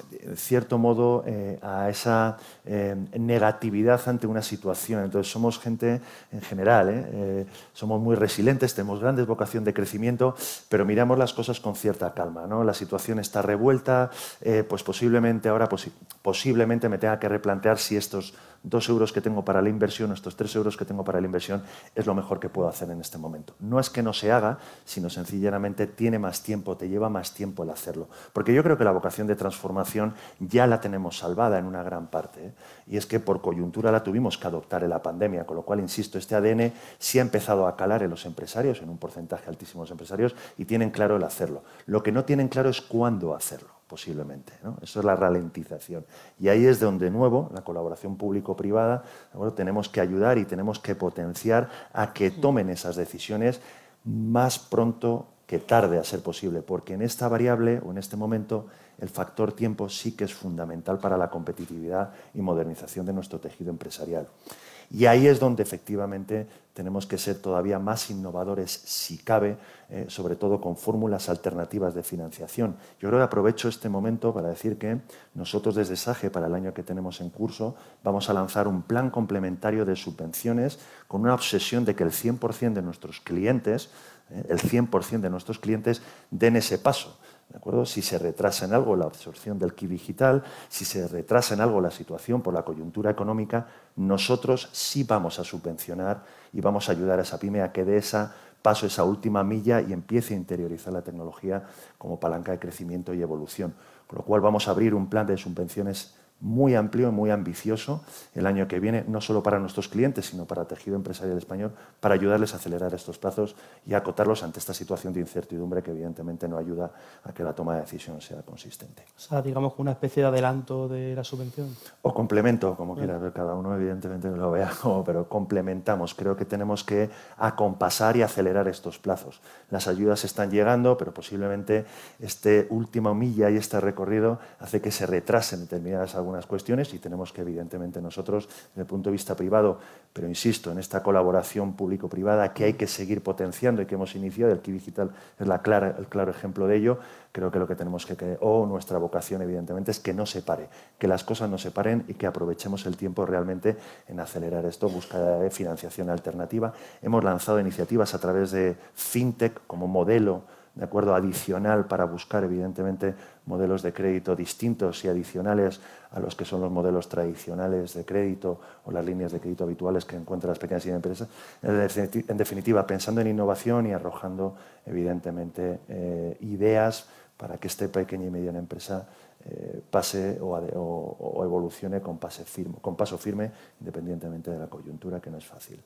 en cierto modo, eh, a esa eh, negatividad ante una situación. Entonces, somos gente, en general, ¿eh? Eh, somos muy resilientes, tenemos grandes vocación de crecimiento, pero miramos las cosas con cierta calma, ¿no? La situación está revuelta, eh, pues posiblemente ahora posi posiblemente me tenga que replantear si estos dos euros que tengo para la inversión, estos tres euros que tengo para la inversión, es lo mejor que puedo hacer en este momento. No es que no se haga, sino sencillamente tiene más tiempo, te lleva más tiempo el hacerlo. Porque yo creo que la vocación de transformación ya la tenemos salvada en una gran parte, ¿eh? Y es que por coyuntura la tuvimos que adoptar en la pandemia, con lo cual, insisto, este A D N sí ha empezado a calar en los empresarios, en un porcentaje altísimo de los empresarios, y tienen claro el hacerlo. Lo que no tienen claro es cuándo hacerlo, posiblemente, ¿no? Eso es la ralentización. Y ahí es donde, de nuevo, la colaboración público-privada, bueno, tenemos que ayudar y tenemos que potenciar a que tomen esas decisiones más pronto que tarde, a ser posible, porque en esta variable o en este momento el factor tiempo sí que es fundamental para la competitividad y modernización de nuestro tejido empresarial. Y ahí es donde efectivamente tenemos que ser todavía más innovadores, si cabe, eh, sobre todo con fórmulas alternativas de financiación. Yo creo que aprovecho este momento para decir que nosotros desde SAGE, para el año que tenemos en curso, vamos a lanzar un plan complementario de subvenciones con una obsesión de que el cien por cien de nuestros clientes, eh, el cien por cien de nuestros clientes den ese paso. ¿De acuerdo? Si se retrasa en algo la absorción del K I digital, si se retrasa en algo la situación por la coyuntura económica, nosotros sí vamos a subvencionar y vamos a ayudar a esa pyme a que dé ese paso, esa última milla y empiece a interiorizar la tecnología como palanca de crecimiento y evolución. Con lo cual vamos a abrir un plan de subvenciones muy amplio, muy ambicioso el año que viene, no solo para nuestros clientes, sino para el tejido empresarial español, para ayudarles a acelerar estos plazos y a acotarlos ante esta situación de incertidumbre que evidentemente no ayuda a que la toma de decisión sea consistente. O sea, digamos, una especie de adelanto de la subvención. O complemento, como bueno. quiera ver cada uno, evidentemente no lo vea como, pero complementamos. Creo que tenemos que acompasar y acelerar estos plazos. Las ayudas están llegando, pero posiblemente este última milla y este recorrido hace que se retrasen determinadas algunas cuestiones y tenemos que, evidentemente, nosotros, desde el punto de vista privado, pero insisto, en esta colaboración público-privada que hay que seguir potenciando y que hemos iniciado, el K I digital es la clara, el claro ejemplo de ello, creo que lo que tenemos que, que, o nuestra vocación, evidentemente, es que no se pare, que las cosas no se paren y que aprovechemos el tiempo realmente en acelerar esto, búsqueda de financiación alternativa. Hemos lanzado iniciativas a través de FinTech como modelo, de acuerdo, adicional para buscar, evidentemente, modelos de crédito distintos y adicionales a los que son los modelos tradicionales de crédito o las líneas de crédito habituales que encuentran las pequeñas y medianas empresas. En definitiva, pensando en innovación y arrojando, evidentemente, eh, ideas para que esta pequeña y mediana empresa eh, pase o, o, o evolucione con, pase firme, con paso firme, independientemente de la coyuntura, que no es fácil.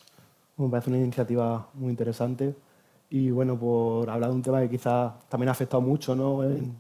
Me parece una iniciativa muy interesante. Y bueno, por hablar de un tema que quizás también ha afectado mucho, ¿no? en,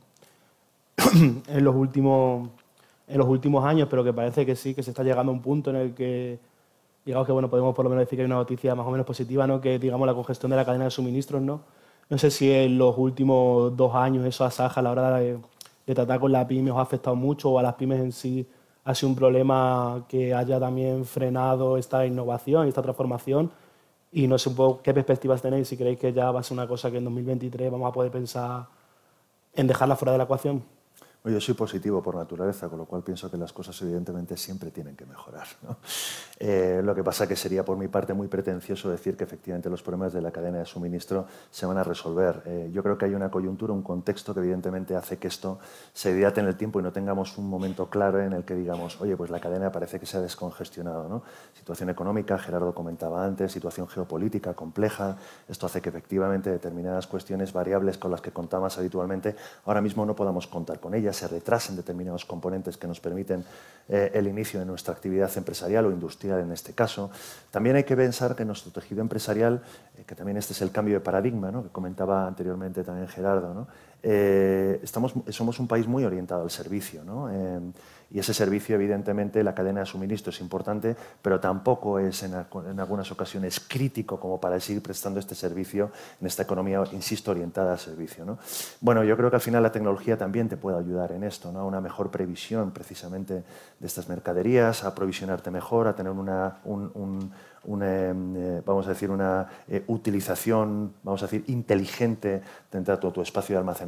en, los últimos, en los últimos años, pero que parece que sí, que se está llegando a un punto en el que, digamos que bueno, podemos por lo menos decir que hay una noticia más o menos positiva, ¿no? Que digamos la congestión de la cadena de suministros, ¿no? No sé si en los últimos dos años eso a Saja a la hora de, de tratar con la pyme os ha afectado mucho, o a las pymes en sí ha sido un problema que haya también frenado esta innovación, esta transformación. Y no sé un poco qué perspectivas tenéis, si creéis que ya va a ser una cosa que en dos mil veintitrés vamos a poder pensar en dejarla fuera de la ecuación. Yo soy positivo por naturaleza, con lo cual pienso que las cosas evidentemente siempre tienen que mejorar, ¿no? Eh, lo que pasa que sería por mi parte muy pretencioso decir que efectivamente los problemas de la cadena de suministro se van a resolver. Eh, yo creo que hay una coyuntura, un contexto que evidentemente hace que esto se dilate en el tiempo y no tengamos un momento claro en el que digamos, oye, pues la cadena parece que se ha descongestionado, ¿no? Situación económica, Gerardo comentaba antes, situación geopolítica compleja, esto hace que efectivamente determinadas cuestiones, variables con las que contamos habitualmente, ahora mismo no podamos contar con ellas, se retrasen determinados componentes que nos permiten eh, el inicio de nuestra actividad empresarial o industrial en este caso. También hay que pensar que nuestro tejido empresarial, eh, que también este es el cambio de paradigma, ¿no? Que comentaba anteriormente también Gerardo, ¿no? eh, estamos, somos un país muy orientado al servicio, ¿no? Eh, y ese servicio, evidentemente, la cadena de suministro es importante, pero tampoco es en, en algunas ocasiones crítico como para seguir prestando este servicio en esta economía, insisto, orientada al servicio, ¿no? Bueno, yo creo que al final la tecnología también te puede ayudar en esto, ¿no? A una mejor previsión precisamente de estas mercaderías, a aprovisionarte mejor, a tener una, un, un, una eh, vamos a decir, una eh, utilización, vamos a decir, inteligente dentro de tu, tu espacio de almacenamiento,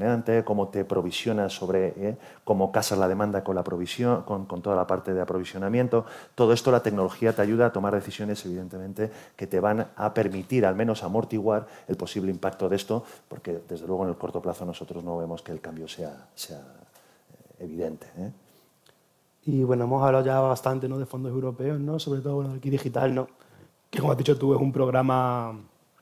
determinante, cómo te provisionas sobre eh, cómo casas la demanda con la provisión, con, con toda la parte de aprovisionamiento. Todo esto la tecnología te ayuda a tomar decisiones, evidentemente, que te van a permitir al menos amortiguar el posible impacto de esto, porque desde luego en el corto plazo nosotros no vemos que el cambio sea, sea evidente, ¿eh? Y bueno, hemos hablado ya bastante, ¿no?, de fondos europeos, ¿no?, sobre todo bueno, del Kit Digital, ¿no?, que como has dicho tú es un programa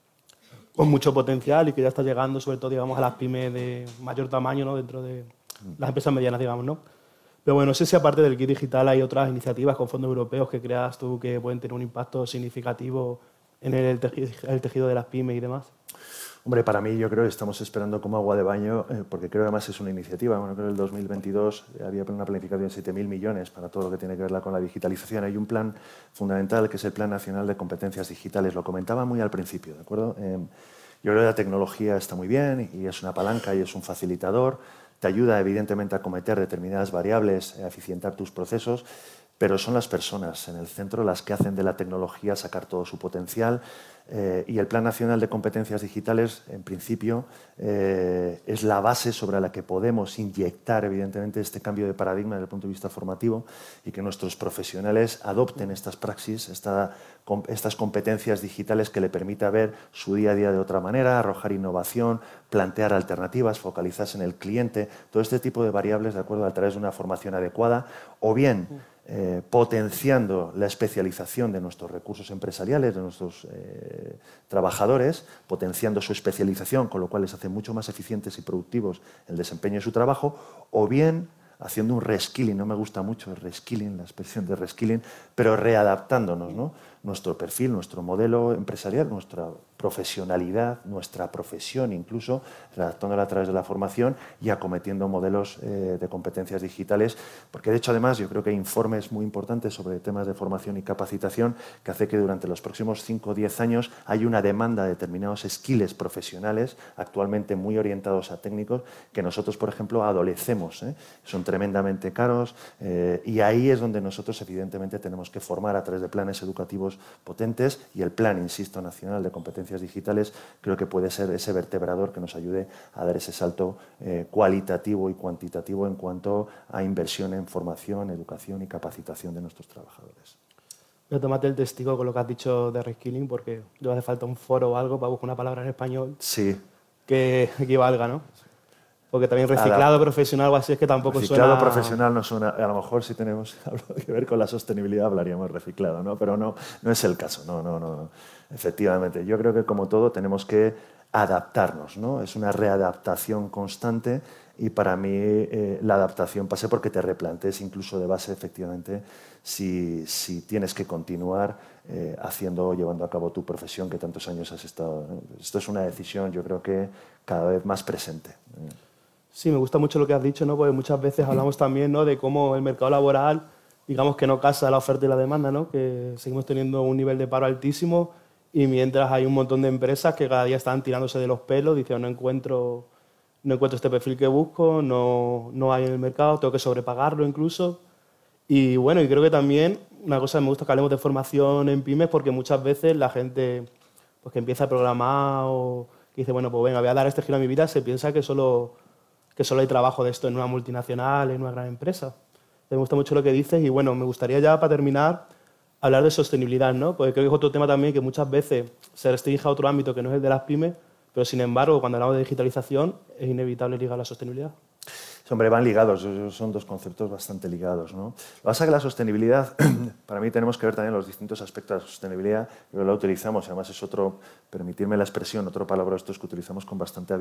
con mucho potencial y que ya está llegando sobre todo, digamos, a las pymes de mayor tamaño, ¿no?, dentro de las empresas medianas, digamos, ¿no? Pero bueno, no sé si aparte del Kit Digital hay otras iniciativas con fondos europeos que creas tú que pueden tener un impacto significativo en el tejido, el tejido de las pymes y demás. Hombre, para mí yo creo que estamos esperando como agua de baño, eh, porque creo que además es una iniciativa. Bueno, creo que en el dos mil veintidós había una planificación de siete mil millones para todo lo que tiene que ver con la digitalización. Hay un plan fundamental que es el Plan Nacional de Competencias Digitales. Lo comentaba muy al principio, ¿de acuerdo? Eh, yo creo que la tecnología está muy bien y es una palanca y es un facilitador. Te ayuda evidentemente a acometer determinadas variables, a eficientar tus procesos, pero son las personas en el centro las que hacen de la tecnología sacar todo su potencial. Eh, y el Plan Nacional de Competencias Digitales, en principio, eh, es la base sobre la que podemos inyectar, evidentemente, este cambio de paradigma desde el punto de vista formativo y que nuestros profesionales adopten estas praxis, esta, com, estas competencias digitales que le permita ver su día a día de otra manera, arrojar innovación, plantear alternativas, focalizarse en el cliente, todo este tipo de variables, de acuerdo, a través de una formación adecuada, o bien Eh, potenciando la especialización de nuestros recursos empresariales, de nuestros eh, trabajadores, potenciando su especialización, con lo cual les hace mucho más eficientes y productivos el desempeño de su trabajo, o bien haciendo un reskilling. No me gusta mucho el reskilling, la expresión de reskilling, pero readaptándonos, ¿no?, nuestro perfil, nuestro modelo empresarial, nuestra profesionalidad, nuestra profesión incluso, redactándola a través de la formación y acometiendo modelos eh, de competencias digitales, porque de hecho además yo creo que hay informes muy importantes sobre temas de formación y capacitación que hace que durante los próximos cinco o diez años hay una demanda de determinados skills profesionales, actualmente muy orientados a técnicos, que nosotros, por ejemplo, adolecemos, ¿eh? Son tremendamente caros eh, y ahí es donde nosotros evidentemente tenemos que formar a través de planes educativos potentes, y el Plan, insisto, Nacional de Competencias Digitales creo que puede ser ese vertebrador que nos ayude a dar ese salto eh, cualitativo y cuantitativo en cuanto a inversión en formación, educación y capacitación de nuestros trabajadores. Pero tómate el testigo con lo que has dicho de reskilling, porque le hace falta un foro o algo para buscar una palabra en español sí. que equivalga, ¿no? Porque también reciclado profesional o así es que tampoco reciclado suena... Reciclado profesional no suena... A lo mejor si tenemos algo que ver con la sostenibilidad hablaríamos reciclado, ¿no? Pero no, no es el caso, no, no, no. Efectivamente, yo creo que como todo tenemos que adaptarnos, ¿no? Es una readaptación constante y para mí eh, la adaptación pasa porque te replantees incluso de base, efectivamente, si, si tienes que continuar eh, haciendo o llevando a cabo tu profesión que tantos años has estado. Esto es una decisión, yo creo que cada vez más presente. Sí, me gusta mucho lo que has dicho, ¿no? Porque muchas veces hablamos también, ¿no?, de cómo el mercado laboral, digamos que no casa la oferta y la demanda, ¿no? Que seguimos teniendo un nivel de paro altísimo y mientras hay un montón de empresas que cada día están tirándose de los pelos, diciendo no encuentro, no encuentro este perfil que busco, no, no hay en el mercado, tengo que sobrepagarlo incluso. Y bueno, y creo que también una cosa que me gusta que hablemos de formación en pymes, porque muchas veces la gente pues, que empieza a programar o que dice, bueno, pues venga, voy a dar este giro a mi vida, se piensa que solo... que solo hay trabajo de esto en una multinacional, en una gran empresa. Me gusta mucho lo que dices y, bueno, me gustaría ya, para terminar, hablar de sostenibilidad, ¿no? Porque creo que es otro tema también que muchas veces se restringe a otro ámbito que no es el de las pymes, pero, sin embargo, cuando hablamos de digitalización, es inevitable ligar la sostenibilidad. Hombre, van ligados, son dos conceptos bastante ligados, ¿no? Lo que pasa es que la sostenibilidad, para mí tenemos que ver también los distintos aspectos de la sostenibilidad, pero la utilizamos, y además es otro, permitirme la expresión, otro palabra estos que utilizamos con bastante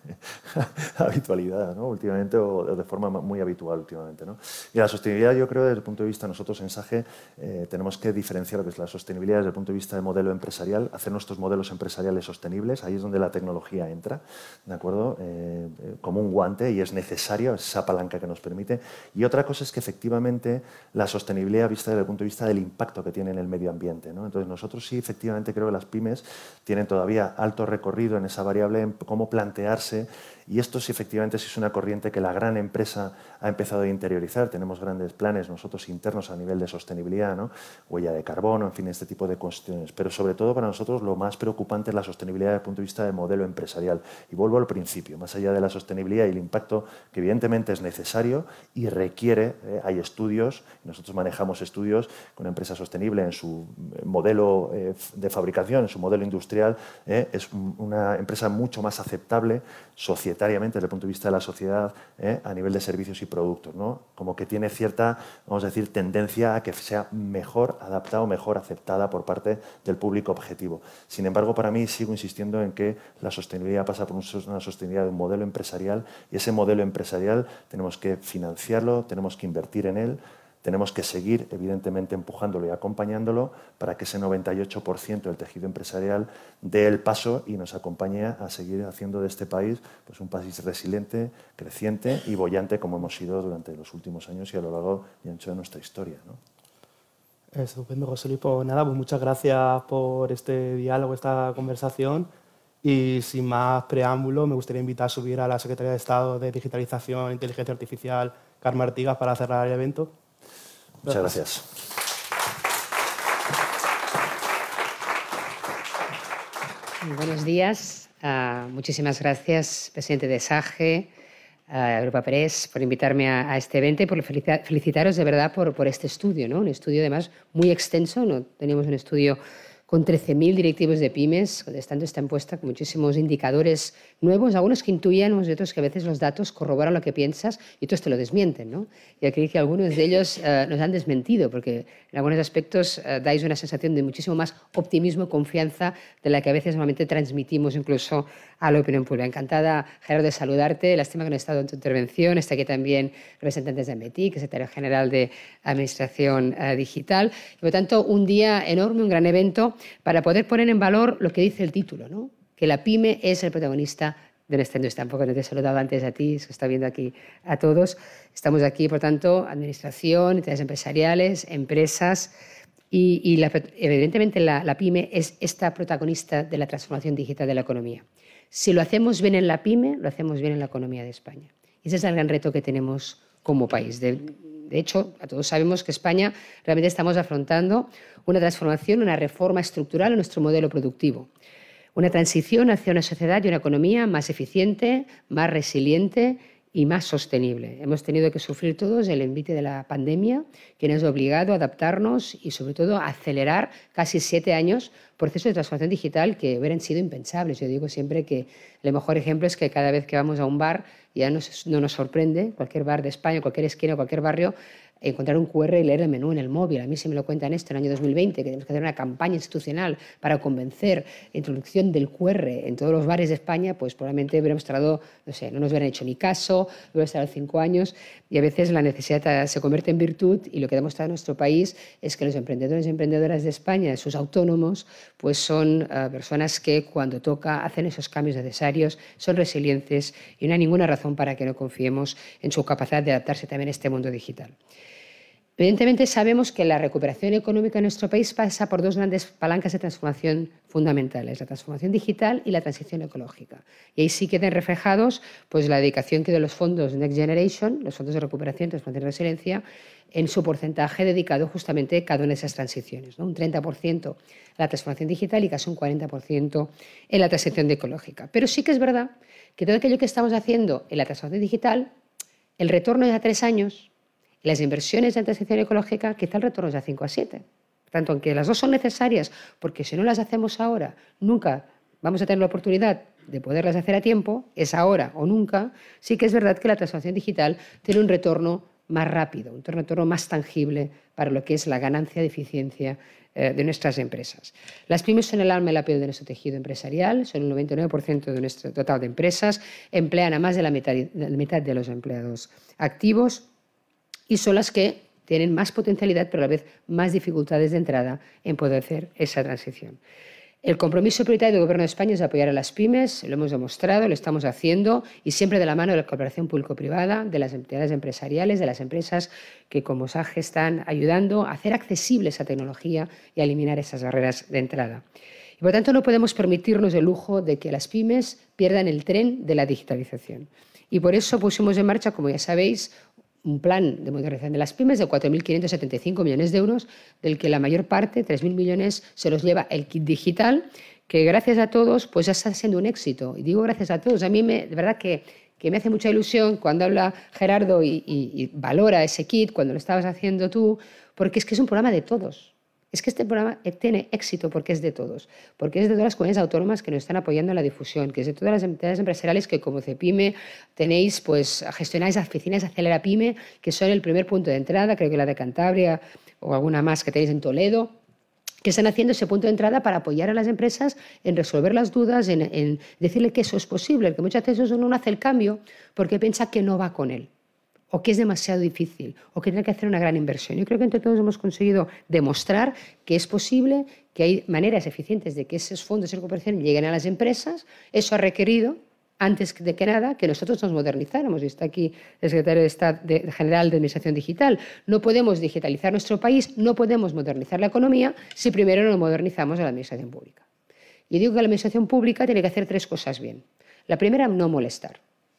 habitualidad, ¿no? Últimamente, o de forma muy habitual últimamente, ¿no? Y la sostenibilidad, yo creo, desde el punto de vista, nosotros en SAGE eh, tenemos que diferenciar lo que es la sostenibilidad desde el punto de vista del modelo empresarial, hacer nuestros modelos empresariales sostenibles, ahí es donde la tecnología entra, ¿de acuerdo? Eh, eh, como un guante, y es necesario, esa palanca que nos permite. Y otra cosa es que efectivamente la sostenibilidad vista desde el punto de vista del impacto que tiene en el medio ambiente, ¿no? Entonces nosotros sí, efectivamente, creo que las pymes tienen todavía alto recorrido en esa variable, en cómo plantearse Y esto sí, efectivamente, sí es una corriente que la gran empresa ha empezado a interiorizar. Tenemos grandes planes nosotros internos a nivel de sostenibilidad, ¿no? Huella de carbono, en fin, este tipo de cuestiones. Pero sobre todo para nosotros lo más preocupante es la sostenibilidad desde el punto de vista del modelo empresarial. Y vuelvo al principio, más allá de la sostenibilidad y el impacto que evidentemente es necesario y requiere, eh, hay estudios, nosotros manejamos estudios con una empresa sostenible en su modelo eh, de fabricación, en su modelo industrial, eh, es una empresa mucho más aceptable societariamente desde el punto de vista de la sociedad eh, a nivel de servicios y productos, ¿no? Como que tiene cierta, vamos a decir, tendencia a que sea mejor adaptada o mejor aceptada por parte del público objetivo. Sin embargo, para mí sigo insistiendo en que la sostenibilidad pasa por una sostenibilidad de un modelo empresarial y ese modelo empresarial tenemos que financiarlo, tenemos que invertir en él, tenemos que seguir, evidentemente, empujándolo y acompañándolo para que ese noventa y ocho por ciento del tejido empresarial dé el paso y nos acompañe a seguir haciendo de este país pues, un país resiliente, creciente y boyante como hemos sido durante los últimos años y a lo largo y ancho de nuestra historia, ¿no? Estupendo, José Luis. Pues nada, pues muchas gracias por este diálogo, esta conversación. Y sin más preámbulo, me gustaría invitar a subir a la Secretaria de Estado de Digitalización e Inteligencia Artificial, Carmen Artigas, para cerrar el evento. Muchas gracias. Buenos días. Uh, muchísimas gracias, presidente de SAGE, uh, Europa Press, por invitarme a, a este evento y por felicitaros de verdad por, por este estudio, ¿no? Un estudio además muy extenso. ¿No? Teníamos un estudio con trece mil directivos de pymes, contestando esta encuesta con muchísimos indicadores nuevos, algunos que intuíamos y otros que a veces los datos corroboran lo que piensas y otros te lo desmienten, ¿no? Y aquí que algunos de ellos uh, nos han desmentido, porque en algunos aspectos uh, dais una sensación de muchísimo más optimismo y confianza de la que a veces normalmente transmitimos incluso a la opinión pública. Encantada, Gerardo, de saludarte. Lástima que no he estado en tu intervención. Está aquí también representantes de METIC, secretario general de Administración uh, Digital. Y, por lo tanto, un día enorme, un gran evento para poder poner en valor lo que dice el título, ¿no? Que la pyme es el protagonista de nuestra industria. Tampoco te he saludado antes a ti, se está viendo aquí a todos. Estamos aquí, por tanto, administración, entidades empresariales, empresas y, y la, evidentemente la, la pyme es esta protagonista de la transformación digital de la economía. Si lo hacemos bien en la pyme, lo hacemos bien en la economía de España. Y ese es el gran reto que tenemos como país. De, de hecho, a todos sabemos que España realmente estamos afrontando una transformación, una reforma estructural en nuestro modelo productivo. Una transición hacia una sociedad y una economía más eficiente, más resiliente y más sostenible. Hemos tenido que sufrir todos el envite de la pandemia, que nos ha obligado a adaptarnos y, sobre todo, a acelerar casi siete años procesos de transformación digital que hubieran sido impensables. Yo digo siempre que el mejor ejemplo es que cada vez que vamos a un bar ya nos, no nos sorprende, cualquier bar de España, cualquier esquina, cualquier barrio, encontrar un cu erre y leer el menú en el móvil. A mí se me lo cuentan esto en el año dos mil veinte, que tenemos que hacer una campaña institucional para convencer la introducción del cu erre en todos los bares de España, pues probablemente hubiéramos tardado, no sé, no nos hubieran hecho ni caso, hubiéramos tardado cinco años y a veces la necesidad se convierte en virtud y lo que ha demostrado nuestro país es que los emprendedores y emprendedoras de España, sus autónomos, pues son uh, personas que cuando toca hacen esos cambios necesarios, son resilientes y no hay ninguna razón para que no confiemos en su capacidad de adaptarse también a este mundo digital. Evidentemente sabemos que la recuperación económica en nuestro país pasa por dos grandes palancas de transformación fundamentales, la transformación digital y la transición ecológica. Y ahí sí quedan reflejados pues, la dedicación que de los fondos Next Generation, los fondos de recuperación, transformación y resiliencia, en su porcentaje dedicado justamente a cada una de esas transiciones, ¿no? Un treinta por ciento en la transformación digital y casi un cuarenta por ciento en la transición ecológica. Pero sí que es verdad que todo aquello que estamos haciendo en la transformación digital, el retorno es a tres años, las inversiones en transición ecológica, quizá el retorno es a cinco a siete. Por tanto, aunque las dos son necesarias, porque si no las hacemos ahora, nunca vamos a tener la oportunidad de poderlas hacer a tiempo, es ahora o nunca, sí que es verdad que la transformación digital tiene un retorno más rápido, un retorno más tangible para lo que es la ganancia de eficiencia eh, de nuestras empresas. Las pymes son el alma y la piel de nuestro tejido empresarial, son el noventa y nueve por ciento de nuestro total de empresas, emplean a más de la mitad, la mitad de los empleados activos, y son las que tienen más potencialidad, pero a la vez más dificultades de entrada en poder hacer esa transición. El compromiso prioritario del Gobierno de España es apoyar a las pymes, lo hemos demostrado, lo estamos haciendo, y siempre de la mano de la cooperación público-privada, de las entidades empresariales, de las empresas que como SAGE están ayudando a hacer accesible esa tecnología y a eliminar esas barreras de entrada. Y Por lo tanto, no podemos permitirnos el lujo de que las pymes pierdan el tren de la digitalización. Y por eso pusimos en marcha, como ya sabéis, un plan de modernización de las pymes de cuatro mil quinientos setenta y cinco millones de euros, del que la mayor parte, tres mil millones, se los lleva el kit digital, que gracias a todos pues ya está siendo un éxito. Y digo gracias a todos. A mí me, de verdad que, que me hace mucha ilusión cuando habla Gerardo y, y, y valora ese kit, cuando lo estabas haciendo tú, porque es que es un programa de todos. Es que este programa tiene éxito porque es de todos, porque es de todas las comunidades autónomas que nos están apoyando en la difusión, que es de todas las entidades empresariales que como CEPIME tenéis, pues gestionáis las oficinas de Acelera Pyme, que son el primer punto de entrada, creo que la de Cantabria o alguna más que tenéis en Toledo, que están haciendo ese punto de entrada para apoyar a las empresas en resolver las dudas, en, en decirle que eso es posible, que muchas veces uno no hace el cambio porque piensa que no va con él, o que es demasiado difícil, o que tiene que hacer una gran inversión. Yo creo que entre todos hemos conseguido demostrar que es posible, que hay maneras eficientes de que esos fondos de recuperación lleguen a las empresas. Eso ha requerido, antes de que nada, que nosotros nos modernizáramos. Y está aquí el secretario de Estado de, General de Administración Digital. No podemos digitalizar nuestro país, no podemos modernizar la economía si primero no modernizamos a la administración pública. Y digo que la administración pública tiene que hacer tres cosas bien. La primera, no molestar.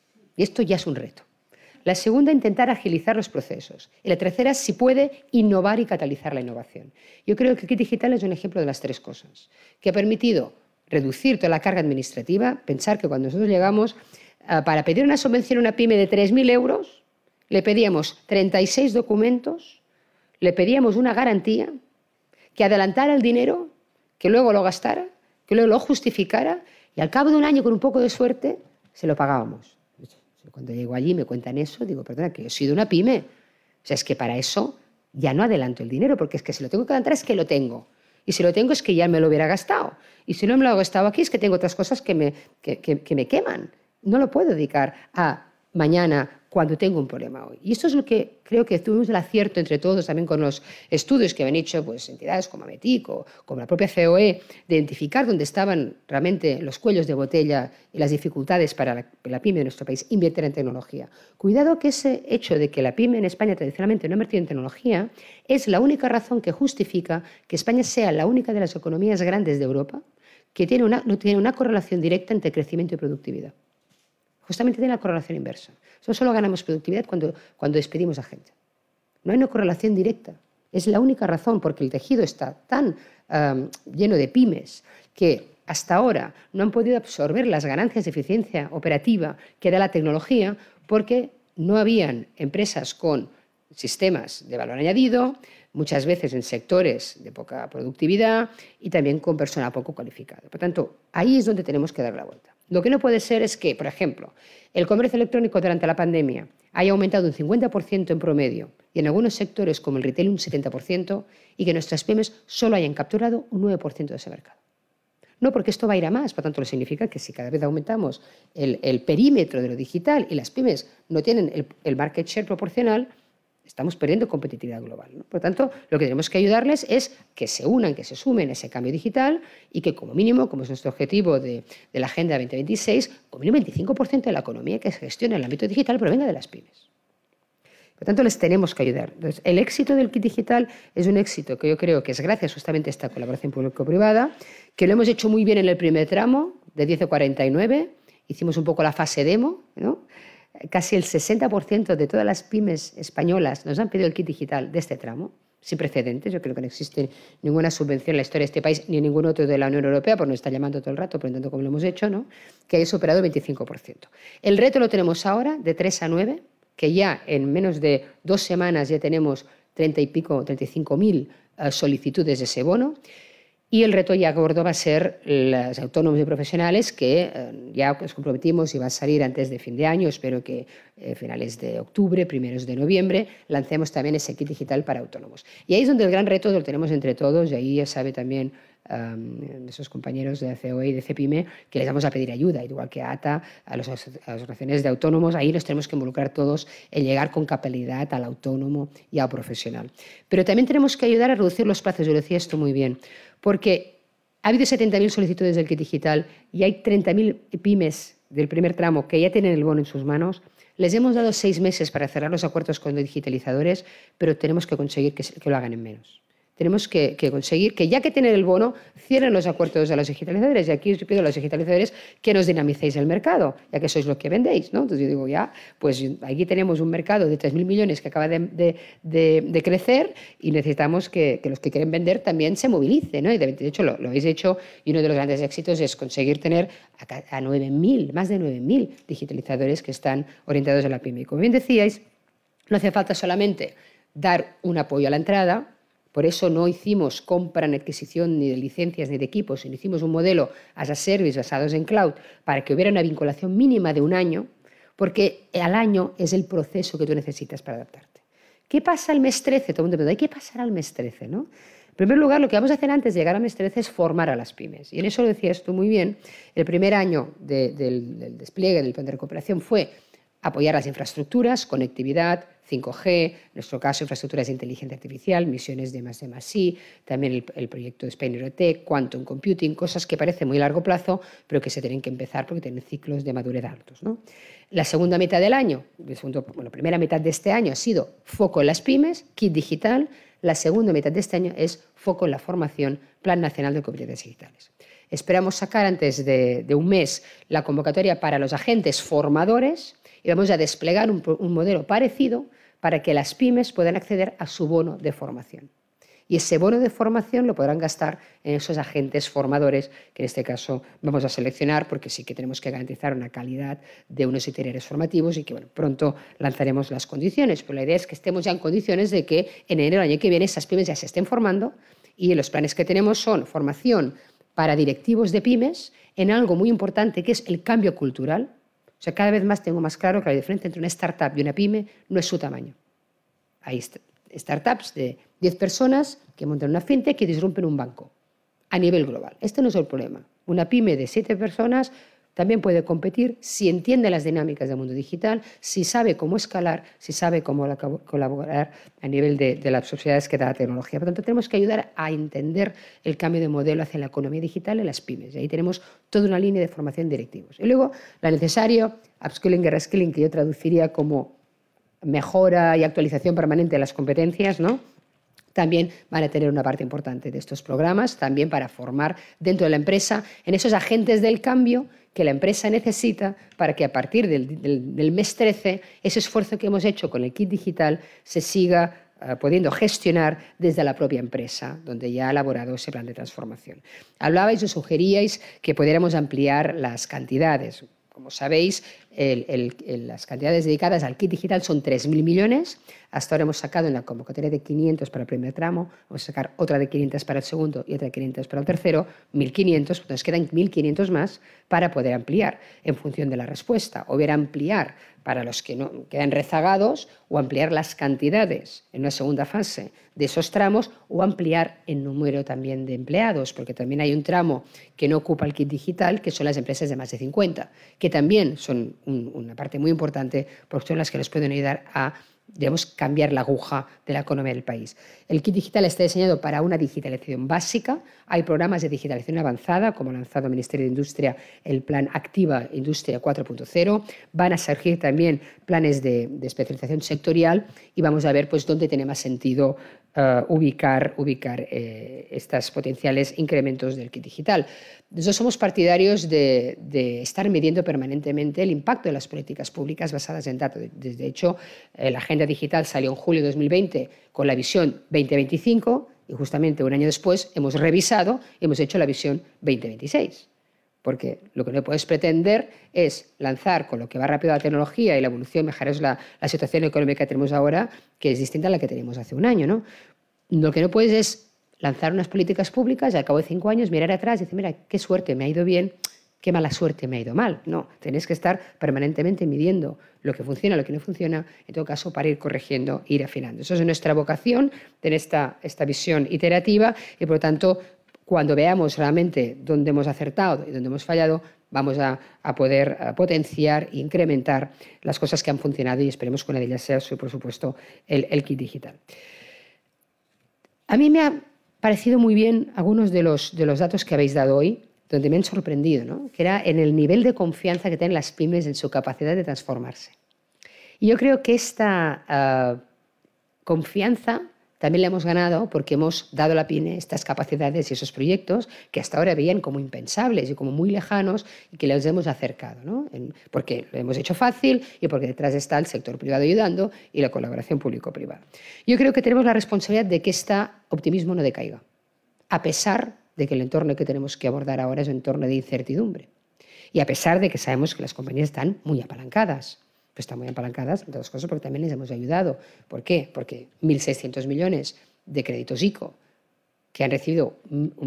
Y esto ya es un reto. La segunda, intentar agilizar los procesos. Y la tercera, si puede, innovar y catalizar la innovación. Yo creo que el kit digital es un ejemplo de las tres cosas, que ha permitido reducir toda la carga administrativa. Pensar que cuando nosotros llegamos, uh, para pedir una subvención a una pyme de tres mil euros, le pedíamos treinta y seis documentos, le pedíamos una garantía, que adelantara el dinero, que luego lo gastara, que luego lo justificara, y al cabo de un año, con un poco de suerte, se lo pagábamos. Cuando llego allí y me cuentan eso, digo, perdona, que yo he sido una pyme. O sea, es que para eso ya no adelanto el dinero, porque es que si lo tengo que adelantar es que lo tengo. Y si lo tengo es que ya me lo hubiera gastado. Y si no me lo he gastado aquí es que tengo otras cosas que me, que, que, que me queman. No lo puedo dedicar a mañana cuando tengo un problema hoy. Y esto es lo que creo que tuvimos el acierto entre todos, también con los estudios que han hecho pues, entidades como AMETIC o como la propia C O E, de identificar dónde estaban realmente los cuellos de botella y las dificultades para la, la pyme de nuestro país, invertir en tecnología. Cuidado que ese hecho de que la pyme en España tradicionalmente no ha invertido en tecnología es la única razón que justifica que España sea la única de las economías grandes de Europa que tiene una, no tiene una correlación directa entre crecimiento y productividad. Justamente tiene la correlación inversa. Nosotros solo ganamos productividad cuando, cuando despedimos a gente. No hay una correlación directa. Es la única razón, porque el tejido está tan um, lleno de pymes que hasta ahora no han podido absorber las ganancias de eficiencia operativa que da la tecnología porque no habían empresas con sistemas de valor añadido, muchas veces en sectores de poca productividad y también con personal poco cualificado. Por tanto, ahí es donde tenemos que dar la vuelta. Lo que no puede ser es que, por ejemplo, el comercio electrónico durante la pandemia haya aumentado un cincuenta por ciento en promedio y en algunos sectores como el retail un setenta por ciento y que nuestras pymes solo hayan capturado un nueve por ciento de ese mercado. No, porque esto va a ir a más, por tanto, lo significa que si cada vez aumentamos el, el perímetro de lo digital y las pymes no tienen el, el market share proporcional, estamos perdiendo competitividad global, ¿no? Por tanto, lo que tenemos que ayudarles es que se unan, que se sumen a ese cambio digital y que como mínimo, como es nuestro objetivo de, de la Agenda veinte veintiséis, como mínimo veinticinco por ciento de la economía que se gestiona en el ámbito digital provenga de las pymes. Por tanto, les tenemos que ayudar. Entonces, el éxito del kit digital es un éxito que yo creo que es gracias justamente a esta colaboración público-privada, que lo hemos hecho muy bien en el primer tramo, de diez a cuarenta y nueve, hicimos un poco la fase demo, ¿no? Casi el sesenta por ciento de todas las pymes españolas nos han pedido el kit digital de este tramo, sin precedentes. Yo creo que no existe ninguna subvención en la historia de este país, ni ningún otro de la Unión Europea, por no estar llamando todo el rato, preguntando cómo lo hemos hecho, ¿no? Que haya superado el veinticinco por ciento. El reto lo tenemos ahora, de tres a nueve, que ya en menos de dos semanas ya tenemos treinta y pico, treinta y cinco mil uh, solicitudes de ese bono. Y el reto ya gordo va a ser los autónomos y profesionales, que eh, ya nos comprometimos y va a salir antes de fin de año. Espero que eh, finales de octubre, primeros de noviembre, lancemos también ese kit digital para autónomos. Y ahí es donde el gran reto lo tenemos entre todos, y ahí ya sabe también um, esos compañeros de C O E y de CEPIME que les vamos a pedir ayuda, igual que a ATA, a, los, a las asociaciones de autónomos. Ahí nos tenemos que involucrar todos en llegar con capacidad al autónomo y al profesional. Pero también tenemos que ayudar a reducir los plazos, yo lo decía esto muy bien, porque ha habido setenta mil solicitudes del kit digital y hay treinta mil pymes del primer tramo que ya tienen el bono en sus manos. Les hemos dado seis meses para cerrar los acuerdos con los digitalizadores, pero tenemos que conseguir que, que lo hagan en menos. Tenemos que, que conseguir que, ya que tienen el bono, cierren los acuerdos de los digitalizadores. Y aquí os pido a los digitalizadores que nos dinamicéis el mercado, ya que sois los que vendéis, ¿no? Entonces yo digo, ya, pues aquí tenemos un mercado de tres mil millones que acaba de, de, de, de crecer y necesitamos que, que los que quieren vender también se movilicen, ¿no? Y de hecho lo, lo habéis hecho, y uno de los grandes éxitos es conseguir tener a, a nueve mil, más de nueve mil digitalizadores que están orientados a la pyme. Y como bien decíais, no hace falta solamente dar un apoyo a la entrada. Por eso no hicimos compra ni adquisición ni de licencias ni de equipos, sino hicimos un modelo as a service basados en cloud para que hubiera una vinculación mínima de un año, porque al año es el proceso que tú necesitas para adaptarte. ¿Qué pasa al mes trece? Todo el mundo pregunta, ¿qué pasará al mes trece? ¿No? En primer lugar, lo que vamos a hacer antes de llegar al mes trece es formar a las pymes. Y en eso lo decías tú muy bien. El primer año de, del, del despliegue del plan de recuperación fue apoyar las infraestructuras, conectividad, cinco G, en nuestro caso infraestructuras de inteligencia artificial, misiones de más de más I, también el, el proyecto de Spain Aerotech, Quantum Computing, cosas que parecen muy a largo plazo, pero que se tienen que empezar porque tienen ciclos de madurez altos, ¿no? La segunda mitad del año, la segundo, bueno, primera mitad de este año ha sido foco en las pymes, kit digital. La segunda mitad de este año es foco en la formación, Plan Nacional de Competencias Digitales. Esperamos sacar antes de, de un mes la convocatoria para los agentes formadores y vamos a desplegar un, un modelo parecido para que las pymes puedan acceder a su bono de formación. Y ese bono de formación lo podrán gastar en esos agentes formadores que en este caso vamos a seleccionar porque sí que tenemos que garantizar una calidad de unos itinerarios formativos y que bueno, pronto lanzaremos las condiciones. Pero la idea es que estemos ya en condiciones de que en enero del año que viene esas pymes ya se estén formando y los planes que tenemos son formación para directivos de pymes en algo muy importante que es el cambio cultural. O sea, cada vez más tengo más claro que la diferencia entre una startup y una pyme no es su tamaño. Hay startups de diez personas que montan una fintech y disrumpen un banco a nivel global. Este no es el problema. Una pyme de siete personas también puede competir si entiende las dinámicas del mundo digital, si sabe cómo escalar, si sabe cómo colaborar a nivel de, de las sociedades que da la tecnología. Por lo tanto, tenemos que ayudar a entender el cambio de modelo hacia la economía digital en las pymes. Y ahí tenemos toda una línea de formación de directivos. Y luego, la necesaria upskilling y reskilling, que yo traduciría como mejora y actualización permanente de las competencias, ¿no? También van a tener una parte importante de estos programas, también para formar dentro de la empresa en esos agentes del cambio que la empresa necesita para que a partir del, del, del mes trece ese esfuerzo que hemos hecho con el kit digital se siga uh, pudiendo gestionar desde la propia empresa, donde ya ha elaborado ese plan de transformación. Hablabais o sugeríais que pudiéramos ampliar las cantidades. Como sabéis, el, el, el, las cantidades dedicadas al kit digital son tres mil millones. Hasta ahora hemos sacado en la convocatoria de quinientos para el primer tramo, vamos a sacar otra de quinientos para el segundo y otra de quinientos para el tercero, mil quinientos, nos quedan mil quinientos más para poder ampliar en función de la respuesta. O bien ampliar para los que no quedan rezagados o ampliar las cantidades en una segunda fase de esos tramos o ampliar el número también de empleados, porque también hay un tramo que no ocupa el kit digital, que son las empresas de más de cincuenta, que también son un, una parte muy importante porque son las que nos pueden ayudar a debemos cambiar la aguja de la economía del país. El kit digital está diseñado para una digitalización básica. Hay programas de digitalización avanzada, como ha lanzado el Ministerio de Industria el plan Activa Industria cuatro punto cero. Van a surgir también planes de, de especialización sectorial y vamos a ver pues, dónde tiene más sentido uh, ubicar, ubicar eh, estos potenciales incrementos del kit digital. Nosotros somos partidarios de, de estar midiendo permanentemente el impacto de las políticas públicas basadas en datos. De hecho, eh, la Agenda Digital salió en julio de dos mil veinte con la visión veinte veinticinco y justamente un año después hemos revisado y hemos hecho la visión veinte veintiséis. Porque lo que no puedes pretender es lanzar con lo que va rápido la tecnología y la evolución, mejorar la, la situación económica que tenemos ahora, que es distinta a la que teníamos hace un año, ¿no? Lo que no puedes es lanzar unas políticas públicas y al cabo de cinco años mirar atrás y decir, mira, qué suerte, me ha ido bien, qué mala suerte, me ha ido mal. No, tenéis que estar permanentemente midiendo lo que funciona, lo que no funciona, en todo caso, para ir corrigiendo e ir afinando. Eso es nuestra vocación, tener esta, esta visión iterativa y, por lo tanto, cuando veamos realmente dónde hemos acertado y dónde hemos fallado, vamos a, a poder a potenciar e incrementar las cosas que han funcionado y esperemos que una de ellas sea, por supuesto, el, el kit digital. A mí me ha parecido muy bien algunos de los, de los datos que habéis dado hoy, donde me han sorprendido, ¿no? Que era en el nivel de confianza que tienen las pymes en su capacidad de transformarse. Y yo creo que esta uh, confianza también la hemos ganado porque hemos dado a la pyme estas capacidades y esos proyectos que hasta ahora veían como impensables y como muy lejanos y que les hemos acercado, ¿no? Porque lo hemos hecho fácil y porque detrás está el sector privado ayudando y la colaboración público-privada. Yo creo que tenemos la responsabilidad de que este optimismo no decaiga, a pesar de que el entorno que tenemos que abordar ahora es un entorno de incertidumbre y a pesar de que sabemos que las compañías están muy apalancadas. Pues están muy apalancadas, entre otras cosas, porque también les hemos ayudado. ¿Por qué? Porque mil seiscientos millones de créditos ICO que han recibido un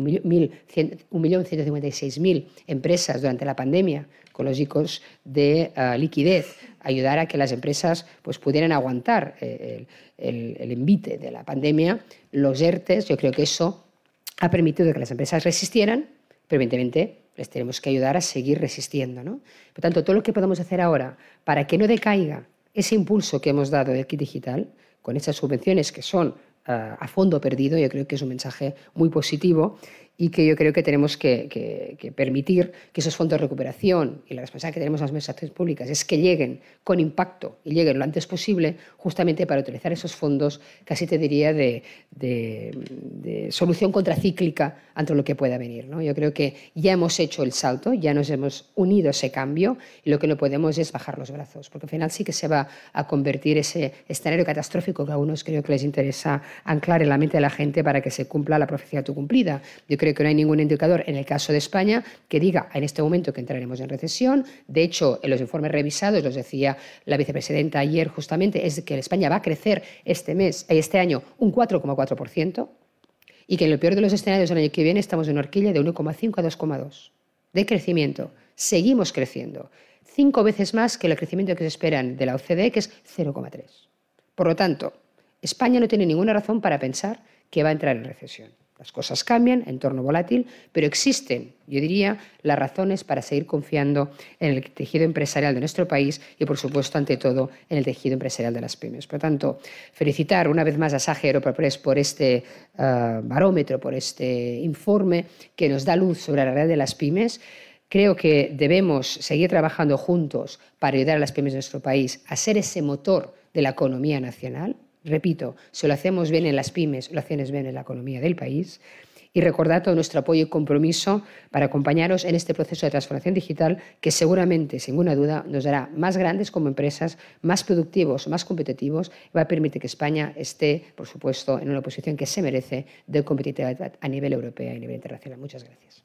millón ciento cincuenta y seis mil empresas durante la pandemia con los ICOs de uh, liquidez, ayudar a que las empresas pues, pudieran aguantar el, el, el envite de la pandemia, los ERTES, yo creo que eso ha permitido que las empresas resistieran, pero evidentemente les tenemos que ayudar a seguir resistiendo, ¿no? Por tanto, todo lo que podamos hacer ahora para que no decaiga ese impulso que hemos dado del kit digital, con esas subvenciones que son uh, a fondo perdido, yo creo que es un mensaje muy positivo y que yo creo que tenemos que, que, que permitir que esos fondos de recuperación y la responsabilidad que tenemos las administraciones públicas es que lleguen con impacto y lleguen lo antes posible justamente para utilizar esos fondos, casi te diría, de, de, de solución contracíclica ante lo que pueda venir, ¿no? Yo creo que ya hemos hecho el salto, ya nos hemos unido a ese cambio y lo que no podemos es bajar los brazos, porque al final sí que se va a convertir ese escenario catastrófico que a algunos creo que les interesa anclar en la mente de la gente para que se cumpla la profecía autocumplida. Yo creo Creo que no hay ningún indicador en el caso de España que diga en este momento que entraremos en recesión. De hecho, en los informes revisados, los decía la vicepresidenta ayer justamente, es que España va a crecer este mes, este año un cuatro coma cuatro por ciento y que en el peor de los escenarios del año que viene estamos en una horquilla de uno coma cinco a dos coma dos de crecimiento. Seguimos creciendo. Cinco veces más que el crecimiento que se espera de la O C D E, que es cero coma tres. Por lo tanto, España no tiene ninguna razón para pensar que va a entrar en recesión. Las cosas cambian, entorno volátil, pero existen, yo diría, las razones para seguir confiando en el tejido empresarial de nuestro país y, por supuesto, ante todo, en el tejido empresarial de las pymes. Por lo tanto, felicitar una vez más a SAGE Europa Press por este uh, barómetro, por este informe que nos da luz sobre la realidad de las pymes. Creo que debemos seguir trabajando juntos para ayudar a las pymes de nuestro país a ser ese motor de la economía nacional. Repito, si lo hacemos bien en las pymes, lo hacemos bien en la economía del país. Y recordar todo nuestro apoyo y compromiso para acompañaros en este proceso de transformación digital que seguramente, sin ninguna duda, nos hará más grandes como empresas, más productivos, más competitivos y va a permitir que España esté, por supuesto, en una posición que se merece de competitividad a nivel europeo y a nivel internacional. Muchas gracias.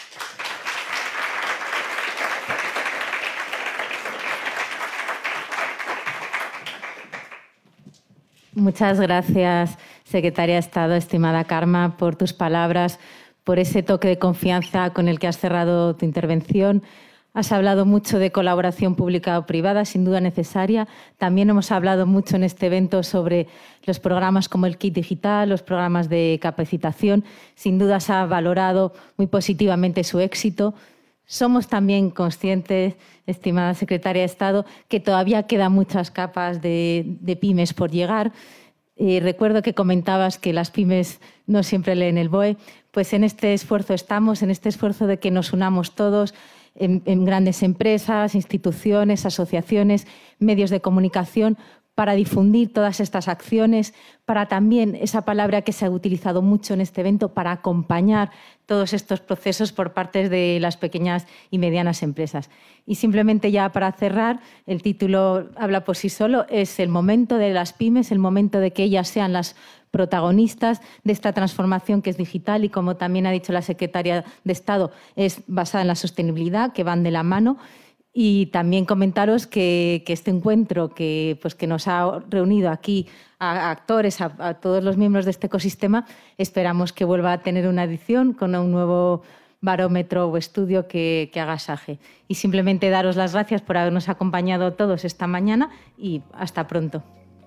Muchas gracias, Secretaria de Estado, estimada Karma, por tus palabras, por ese toque de confianza con el que has cerrado tu intervención. Has hablado mucho de colaboración pública o privada, sin duda necesaria. También hemos hablado mucho en este evento sobre los programas como el Kit Digital, los programas de capacitación. Sin duda se ha valorado muy positivamente su éxito. Somos también conscientes, estimada Secretaria de Estado, que todavía quedan muchas capas de, de pymes por llegar. Eh, recuerdo que comentabas que las pymes no siempre leen el B O E. Pues en este esfuerzo estamos, en este esfuerzo de que nos unamos todos en, en grandes empresas, instituciones, asociaciones, medios de comunicación, para difundir todas estas acciones, para también, esa palabra que se ha utilizado mucho en este evento, para acompañar todos estos procesos por parte de las pequeñas y medianas empresas. Y simplemente ya para cerrar, el título habla por sí solo, es el momento de las pymes, el momento de que ellas sean las protagonistas de esta transformación que es digital y, como también ha dicho la Secretaria de Estado, es basada en la sostenibilidad, que van de la mano. Y también comentaros que, que este encuentro que, pues, que nos ha reunido aquí a, a actores, a, a todos los miembros de este ecosistema, esperamos que vuelva a tener una edición con un nuevo barómetro o estudio que, que haga SAGE. Y simplemente daros las gracias por habernos acompañado todos esta mañana y hasta pronto.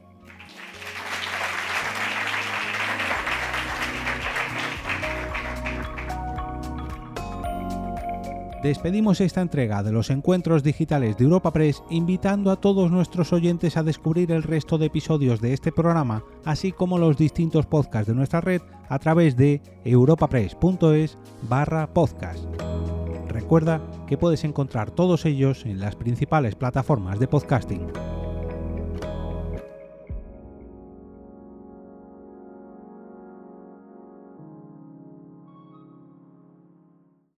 Despedimos esta entrega de los encuentros digitales de Europa Press invitando a todos nuestros oyentes a descubrir el resto de episodios de este programa, así como los distintos podcasts de nuestra red a través de europapress.es barra podcast. Recuerda que puedes encontrar todos ellos en las principales plataformas de podcasting.